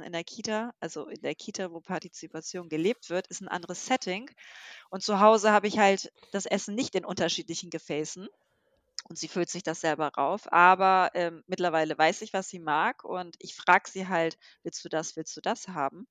In der Kita, wo Partizipation gelebt wird, ist 'n anderes Setting. Und zu Hause habe ich halt das Essen nicht in unterschiedlichen Gefäßen und sie füllt sich das selber rauf. Aber, mittlerweile weiß ich, was sie mag und ich frage sie halt: „Willst du das? Willst du das haben?“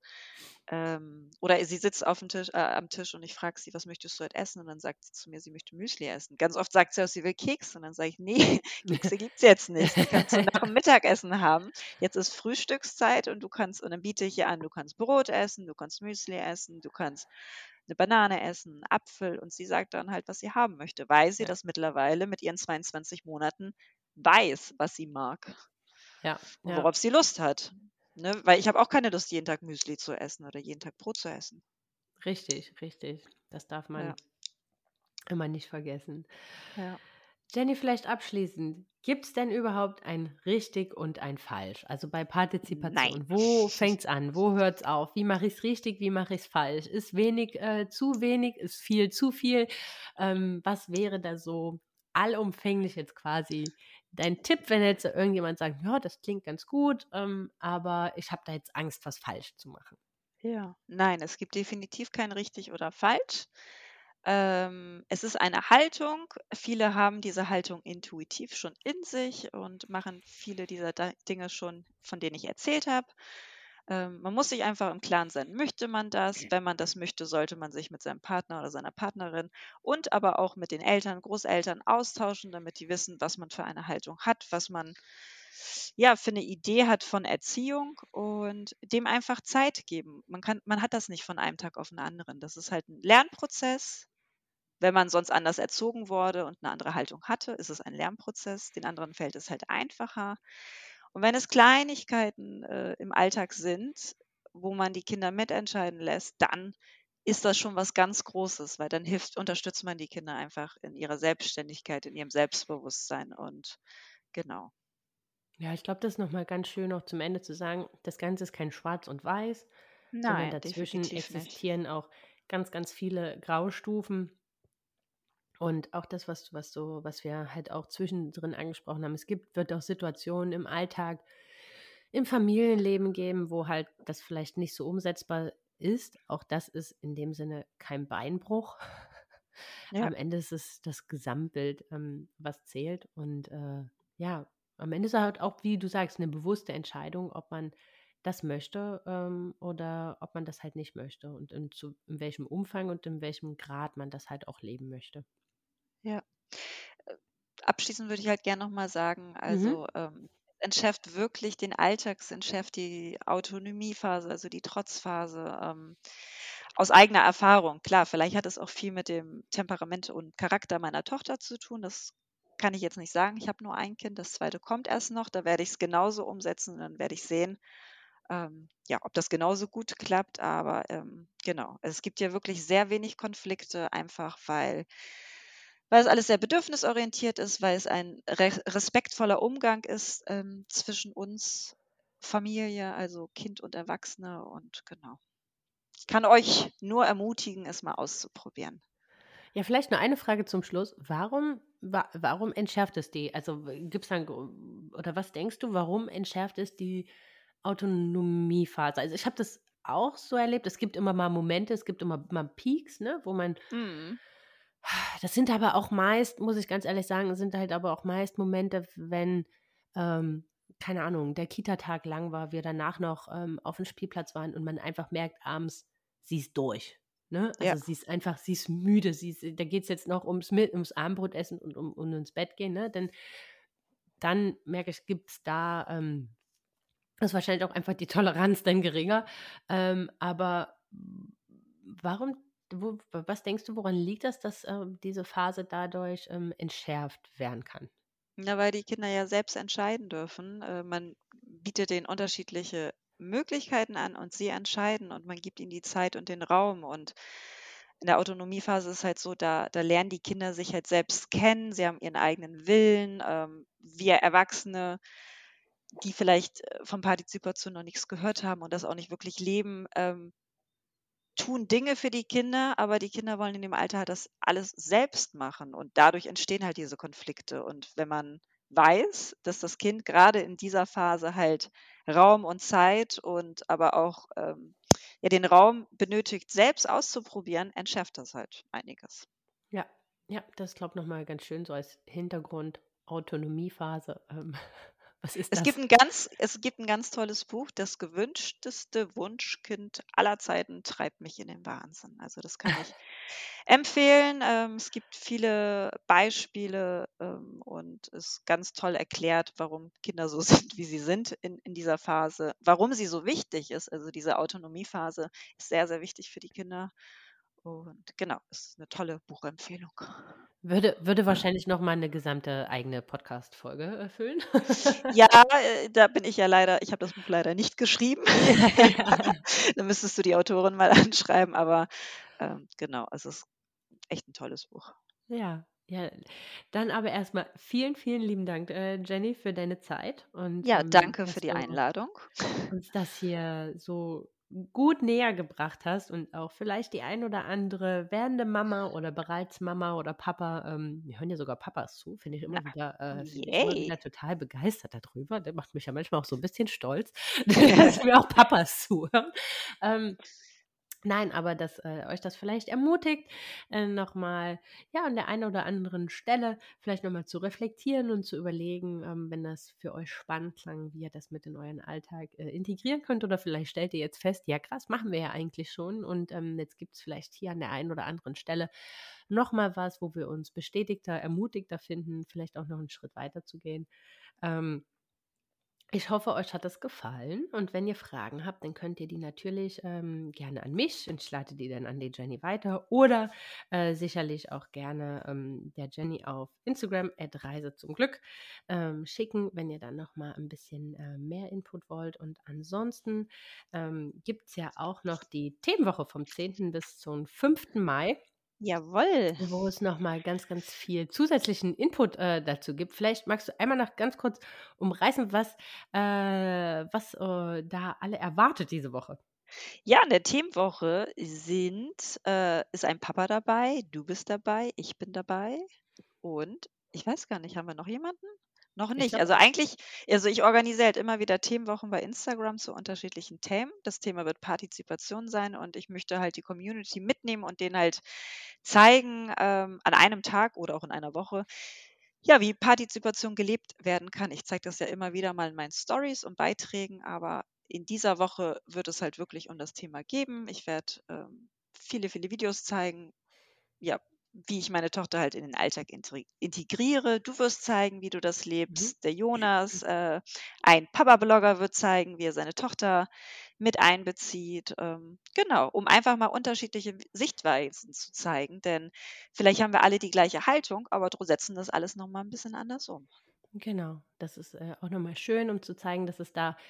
Oder sie sitzt am Tisch und ich frage sie: „Was möchtest du heute essen?“ Und dann sagt sie zu mir, sie möchte Müsli essen. Ganz oft sagt sie auch, sie will Keks und dann sage ich: „Ne, Kekse gibt's jetzt nicht. Die kannst du nach dem Mittagessen haben. Jetzt ist Frühstückszeit und dann biete ich ihr an, du kannst Brot essen, du kannst Müsli essen, du kannst 'ne Banane essen, 'n Apfel.“ Und sie sagt dann halt, was sie haben möchte, weil sie Ja, das mittlerweile mit ihren 22 Monaten weiß, was sie mag ja, und ja. worauf sie Lust hat, ne? Weil ich habe auch keine Lust, jeden Tag Müsli zu essen oder jeden Tag Brot zu essen. Richtig, richtig. Das darf Ja, man immer nicht vergessen. ja. Jenny, vielleicht abschließend, gibt es denn überhaupt ein richtig und ein falsch? Also bei Nein. Partizipation, wo fängt's an? Wo hört's auf? Wie mache ich's richtig? Wie mache ich's falsch? Ist wenig zu wenig? Ist viel zu viel? Was wäre da so allumfänglich jetzt quasi dein Tipp, wenn jetzt so irgendjemand sagt, ja, das klingt ganz gut, aber ich habe da jetzt Angst, was falsch zu machen? Ja. Nein, es gibt definitiv kein richtig oder falsch. Es ist eine Haltung. Viele haben diese Haltung intuitiv schon in sich und machen viele dieser Dinge schon, von denen ich erzählt habe. Man muss sich einfach im Klaren sein, möchte man das? Wenn man das möchte, sollte man sich mit seinem Partner oder seiner Partnerin und aber auch mit den Eltern, Großeltern austauschen, damit die wissen, was man für eine Haltung hat, was man ja für eine Idee hat von Erziehung und dem einfach Zeit geben. Man hat das nicht von einem Tag auf den anderen. Das ist halt ein Lernprozess. Wenn man sonst anders erzogen wurde und eine andere Haltung hatte, ist es ein Lernprozess. Den anderen fällt es halt einfacher. Und wenn es Kleinigkeiten, im Alltag sind, wo man die Kinder mitentscheiden lässt, dann ist das schon was ganz Großes, weil dann unterstützt man die Kinder einfach in ihrer Selbstständigkeit, in ihrem Selbstbewusstsein und genau. Ja, ich glaube, das ist noch mal ganz schön noch zum Ende zu sagen, das Ganze ist kein Schwarz und Weiß, sondern Nein, dazwischen definitiv nicht. existieren auch ganz, ganz viele Graustufen. Und auch das, was wir halt auch zwischendrin angesprochen haben. Es wird auch Situationen im Alltag, im Familienleben geben, wo halt das vielleicht nicht so umsetzbar ist. Auch das ist in dem Sinne kein Beinbruch. Ja, Am Ende ist es das Gesamtbild, was zählt. Und ja, am Ende ist halt auch, wie du sagst, eine bewusste Entscheidung, ob man das möchte oder ob man das halt nicht möchte und in welchem Umfang und in welchem Grad man das halt auch leben möchte. ja. Äh, Abschließend würde ich halt gern noch mal sagen, Mhm. also, entschärft wirklich den Alltag, es entschärft die Autonomiephase, also die Trotzphase, aus eigener Erfahrung. Klar, vielleicht hat es auch viel mit dem Temperament und Charakter meiner Tochter zu tun. Das kann ich jetzt nicht sagen. Ich habe nur ein Kind, das zweite kommt erst noch. Da werde ich es genauso umsetzen und dann werde ich sehen, Ja, ob das genauso gut klappt, aber genau. Es gibt ja wirklich sehr wenig Konflikte, einfach weil es alles sehr bedürfnisorientiert ist, weil es ein respektvoller Umgang ist zwischen uns, Familie, also Kind und Erwachsene und genau. Ich kann euch nur ermutigen, es mal auszuprobieren. Ja, vielleicht nur eine Frage zum Schluss. Warum entschärft es die? Also, gibt's da 'n Gru oder was denkst du, warum entschärft es die Autonomiephase? Also, ich habe das auch so erlebt. Es gibt immer mal Momente, es gibt immer mal Peaks, ne, wo man Mhm. das sind aber auch meist, muss ich ganz ehrlich sagen, sind halt aber auch meist Momente, wenn, ähm, keine Ahnung, der Kita-Tag lang war, wir danach noch, auf dem Spielplatz waren und man einfach merkt abends, sie ist durch, ne? Ja. Also, sie ist müde, sie ist da geht's jetzt noch ums Abendbrotessen und ins Bett gehen, ne? Denn dann merke ich, gibt's da, ist wahrscheinlich auch einfach die Toleranz dann geringer. Aber warum was denkst du, woran liegt das, dass, diese Phase dadurch, entschärft werden kann? Ja, weil die Kinder ja selbst entscheiden dürfen. Man bietet denen unterschiedliche Möglichkeiten an und sie entscheiden und man gibt ihnen die Zeit und den Raum. Und in der Autonomiephase ist es halt so, da lernen die Kinder sich halt selbst kennen, sie haben ihren eigenen Willen. Wir Erwachsene, die vielleicht von Partizipation noch nichts gehört haben und das auch nicht wirklich leben, tun Dinge für die Kinder, aber die Kinder wollen in dem Alter halt das alles selbst machen und dadurch entstehen halt diese Konflikte. Und wenn man weiß, dass das Kind gerade in dieser Phase halt Raum und Zeit und aber auch ja, den Raum benötigt, selbst auszuprobieren, entschärft das halt einiges. Ja, ja, das glaube noch mal ganz schön so als Hintergrund, Autonomiephase. Was ist das? Es gibt ein ganz tolles Buch, „Das gewünschteste Wunschkind aller Zeiten treibt mich in den Wahnsinn." Also, das kann ich empfehlen. Es gibt viele Beispiele und ist ganz toll erklärt, warum Kinder so sind, wie sie sind in dieser Phase, warum sie so wichtig ist. Also, diese Autonomiephase ist sehr, sehr wichtig für die Kinder und genau, ist eine tolle Buchempfehlung. Würde wahrscheinlich noch mal 'ne gesamte eigene Podcast-Folge erfüllen. Ja, da bin ich ja leider ich habe das Buch leider nicht geschrieben. Ja, ja. Da müsstest du die Autorin mal anschreiben, aber, genau, es ist echt 'n tolles Buch. Ja, ja. Dann aber erst mal vielen, vielen lieben Dank, Jenny, für deine Zeit und, Ja, danke für dass die du Einladung. uns das hier so gut näher gebracht hast und auch vielleicht die ein oder andere werdende Mama oder bereits Mama oder Papa, mir hören ja sogar Papas zu, Na, finde ich immer yay. wieder total begeistert darüber. Der macht mich ja manchmal auch so ein bisschen stolz, dass mir auch Papas zuhören. Ähm, Nein, aber dass, euch das vielleicht ermutigt, noch mal, ja, an der einen oder anderen Stelle vielleicht noch mal zu reflektieren und zu überlegen, wenn das für euch spannend klang, wie ihr das mit in euren Alltag, integrieren könnt. Oder vielleicht stellt ihr jetzt fest: „Ja krass, machen wir ja eigentlich schon und, jetzt gibt's vielleicht hier an der einen oder anderen Stelle noch mal was, wo wir uns bestätigter, ermutigter finden, vielleicht auch noch einen Schritt weiter zu gehen.“ Ähm Ich hoffe, euch hat es gefallen und wenn ihr Fragen habt, dann könnt ihr die natürlich, gerne an mich und ich leite die dann an die Jenny weiter oder, sicherlich auch gerne, der Jenny auf Instagram @Reise zum Glück, schicken, wenn ihr dann noch mal ein bisschen, mehr Input wollt. Und ansonsten, gibt es ja auch noch die Themenwoche vom 10. bis zum 5. Mai. Jawoll. Wo es noch mal ganz, ganz viel zusätzlichen Input, dazu gibt. Vielleicht magst du einmal noch ganz kurz umreißen, da alle erwartet diese Woche. Ja, in der Themenwoche ist ein Papa dabei, du bist dabei, ich bin dabei und ich weiß gar nicht, haben wir noch jemanden? Noch Ich nicht. glaube, Also ich organisiere halt immer wieder Themenwochen bei Instagram zu unterschiedlichen Themen. Das Thema wird Partizipation sein und ich möchte halt die Community mitnehmen und denen halt zeigen, an einem Tag oder auch in einer Woche, ja, wie Partizipation gelebt werden kann. Ich zeige das ja immer wieder mal in meinen Stories und Beiträgen, aber in dieser Woche wird es halt wirklich um das Thema geben. Ich werde viele, viele Videos zeigen, ja, wie ich meine Tochter halt in den Alltag integriere. Du wirst zeigen, wie du das mhm, lebst. Der Jonas, ein Papa-Blogger, wird zeigen, wie er seine Tochter mit einbezieht. Genau, um einfach mal unterschiedliche Sichtweisen zu zeigen. Denn vielleicht haben wir alle die gleiche Haltung, aber setzen das alles nochmal ein bisschen anders um. genau. Das ist, auch noch mal schön, um zu zeigen, dass es da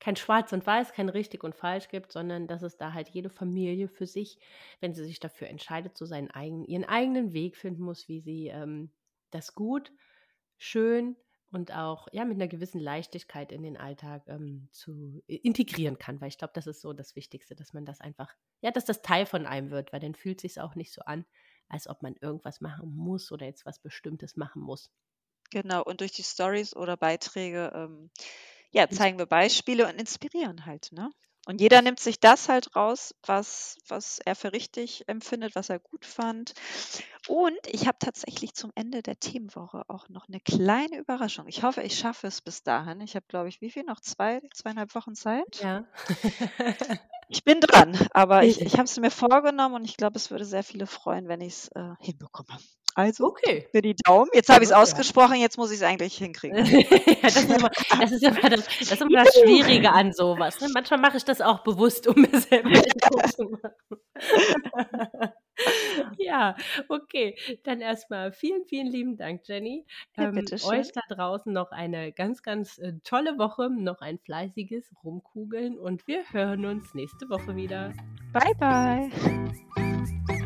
kein Schwarz und Weiß, kein richtig und falsch gibt, sondern dass es da halt jede Familie für sich, wenn sie sich dafür entscheidet, so ihren eigenen Weg finden muss, wie sie das gut, schön und auch ja mit einer gewissen Leichtigkeit in den Alltag integrieren kann, weil ich glaube, das ist so das Wichtigste, dass man das einfach, ja, dass das Teil von einem wird, weil dann fühlt sich auch nicht so an, als ob man irgendwas machen muss oder jetzt was Bestimmtes machen muss. Genau, und durch die Stories oder Beiträge, ja, Ins- zeigen wir Beispiele und inspirieren halt, ne? Und jeder Das, nimmt sich das halt raus, was er für richtig empfindet, was er gut fand. Und ich habe tatsächlich zum Ende der Themenwoche auch noch eine kleine Überraschung. Ich hoffe, ich schaffe es bis dahin. Ich habe, glaube ich, wie viel noch? 2,5 Wochen Zeit? ja. Ich bin dran, aber ich habe es mir vorgenommen und ich glaube, es würde sehr viele freuen, wenn ich es hinbekomme. Also, Okay. drückt mir die Daumen. Jetzt habe ich es Ja. ausgesprochen, jetzt muss ich es eigentlich hinkriegen. Ja, das ist immer das Schwierige an sowas. Ne? Manchmal mache ich das auch bewusst, um mir selber den Druck zu machen. Ja, okay. Dann erstmal vielen, vielen lieben Dank, Jenny. Ja, bitteschön. Euch da draußen noch eine ganz, ganz tolle Woche, noch ein fleißiges Rumkugeln und wir hören uns nächste Woche wieder. Bye, bye.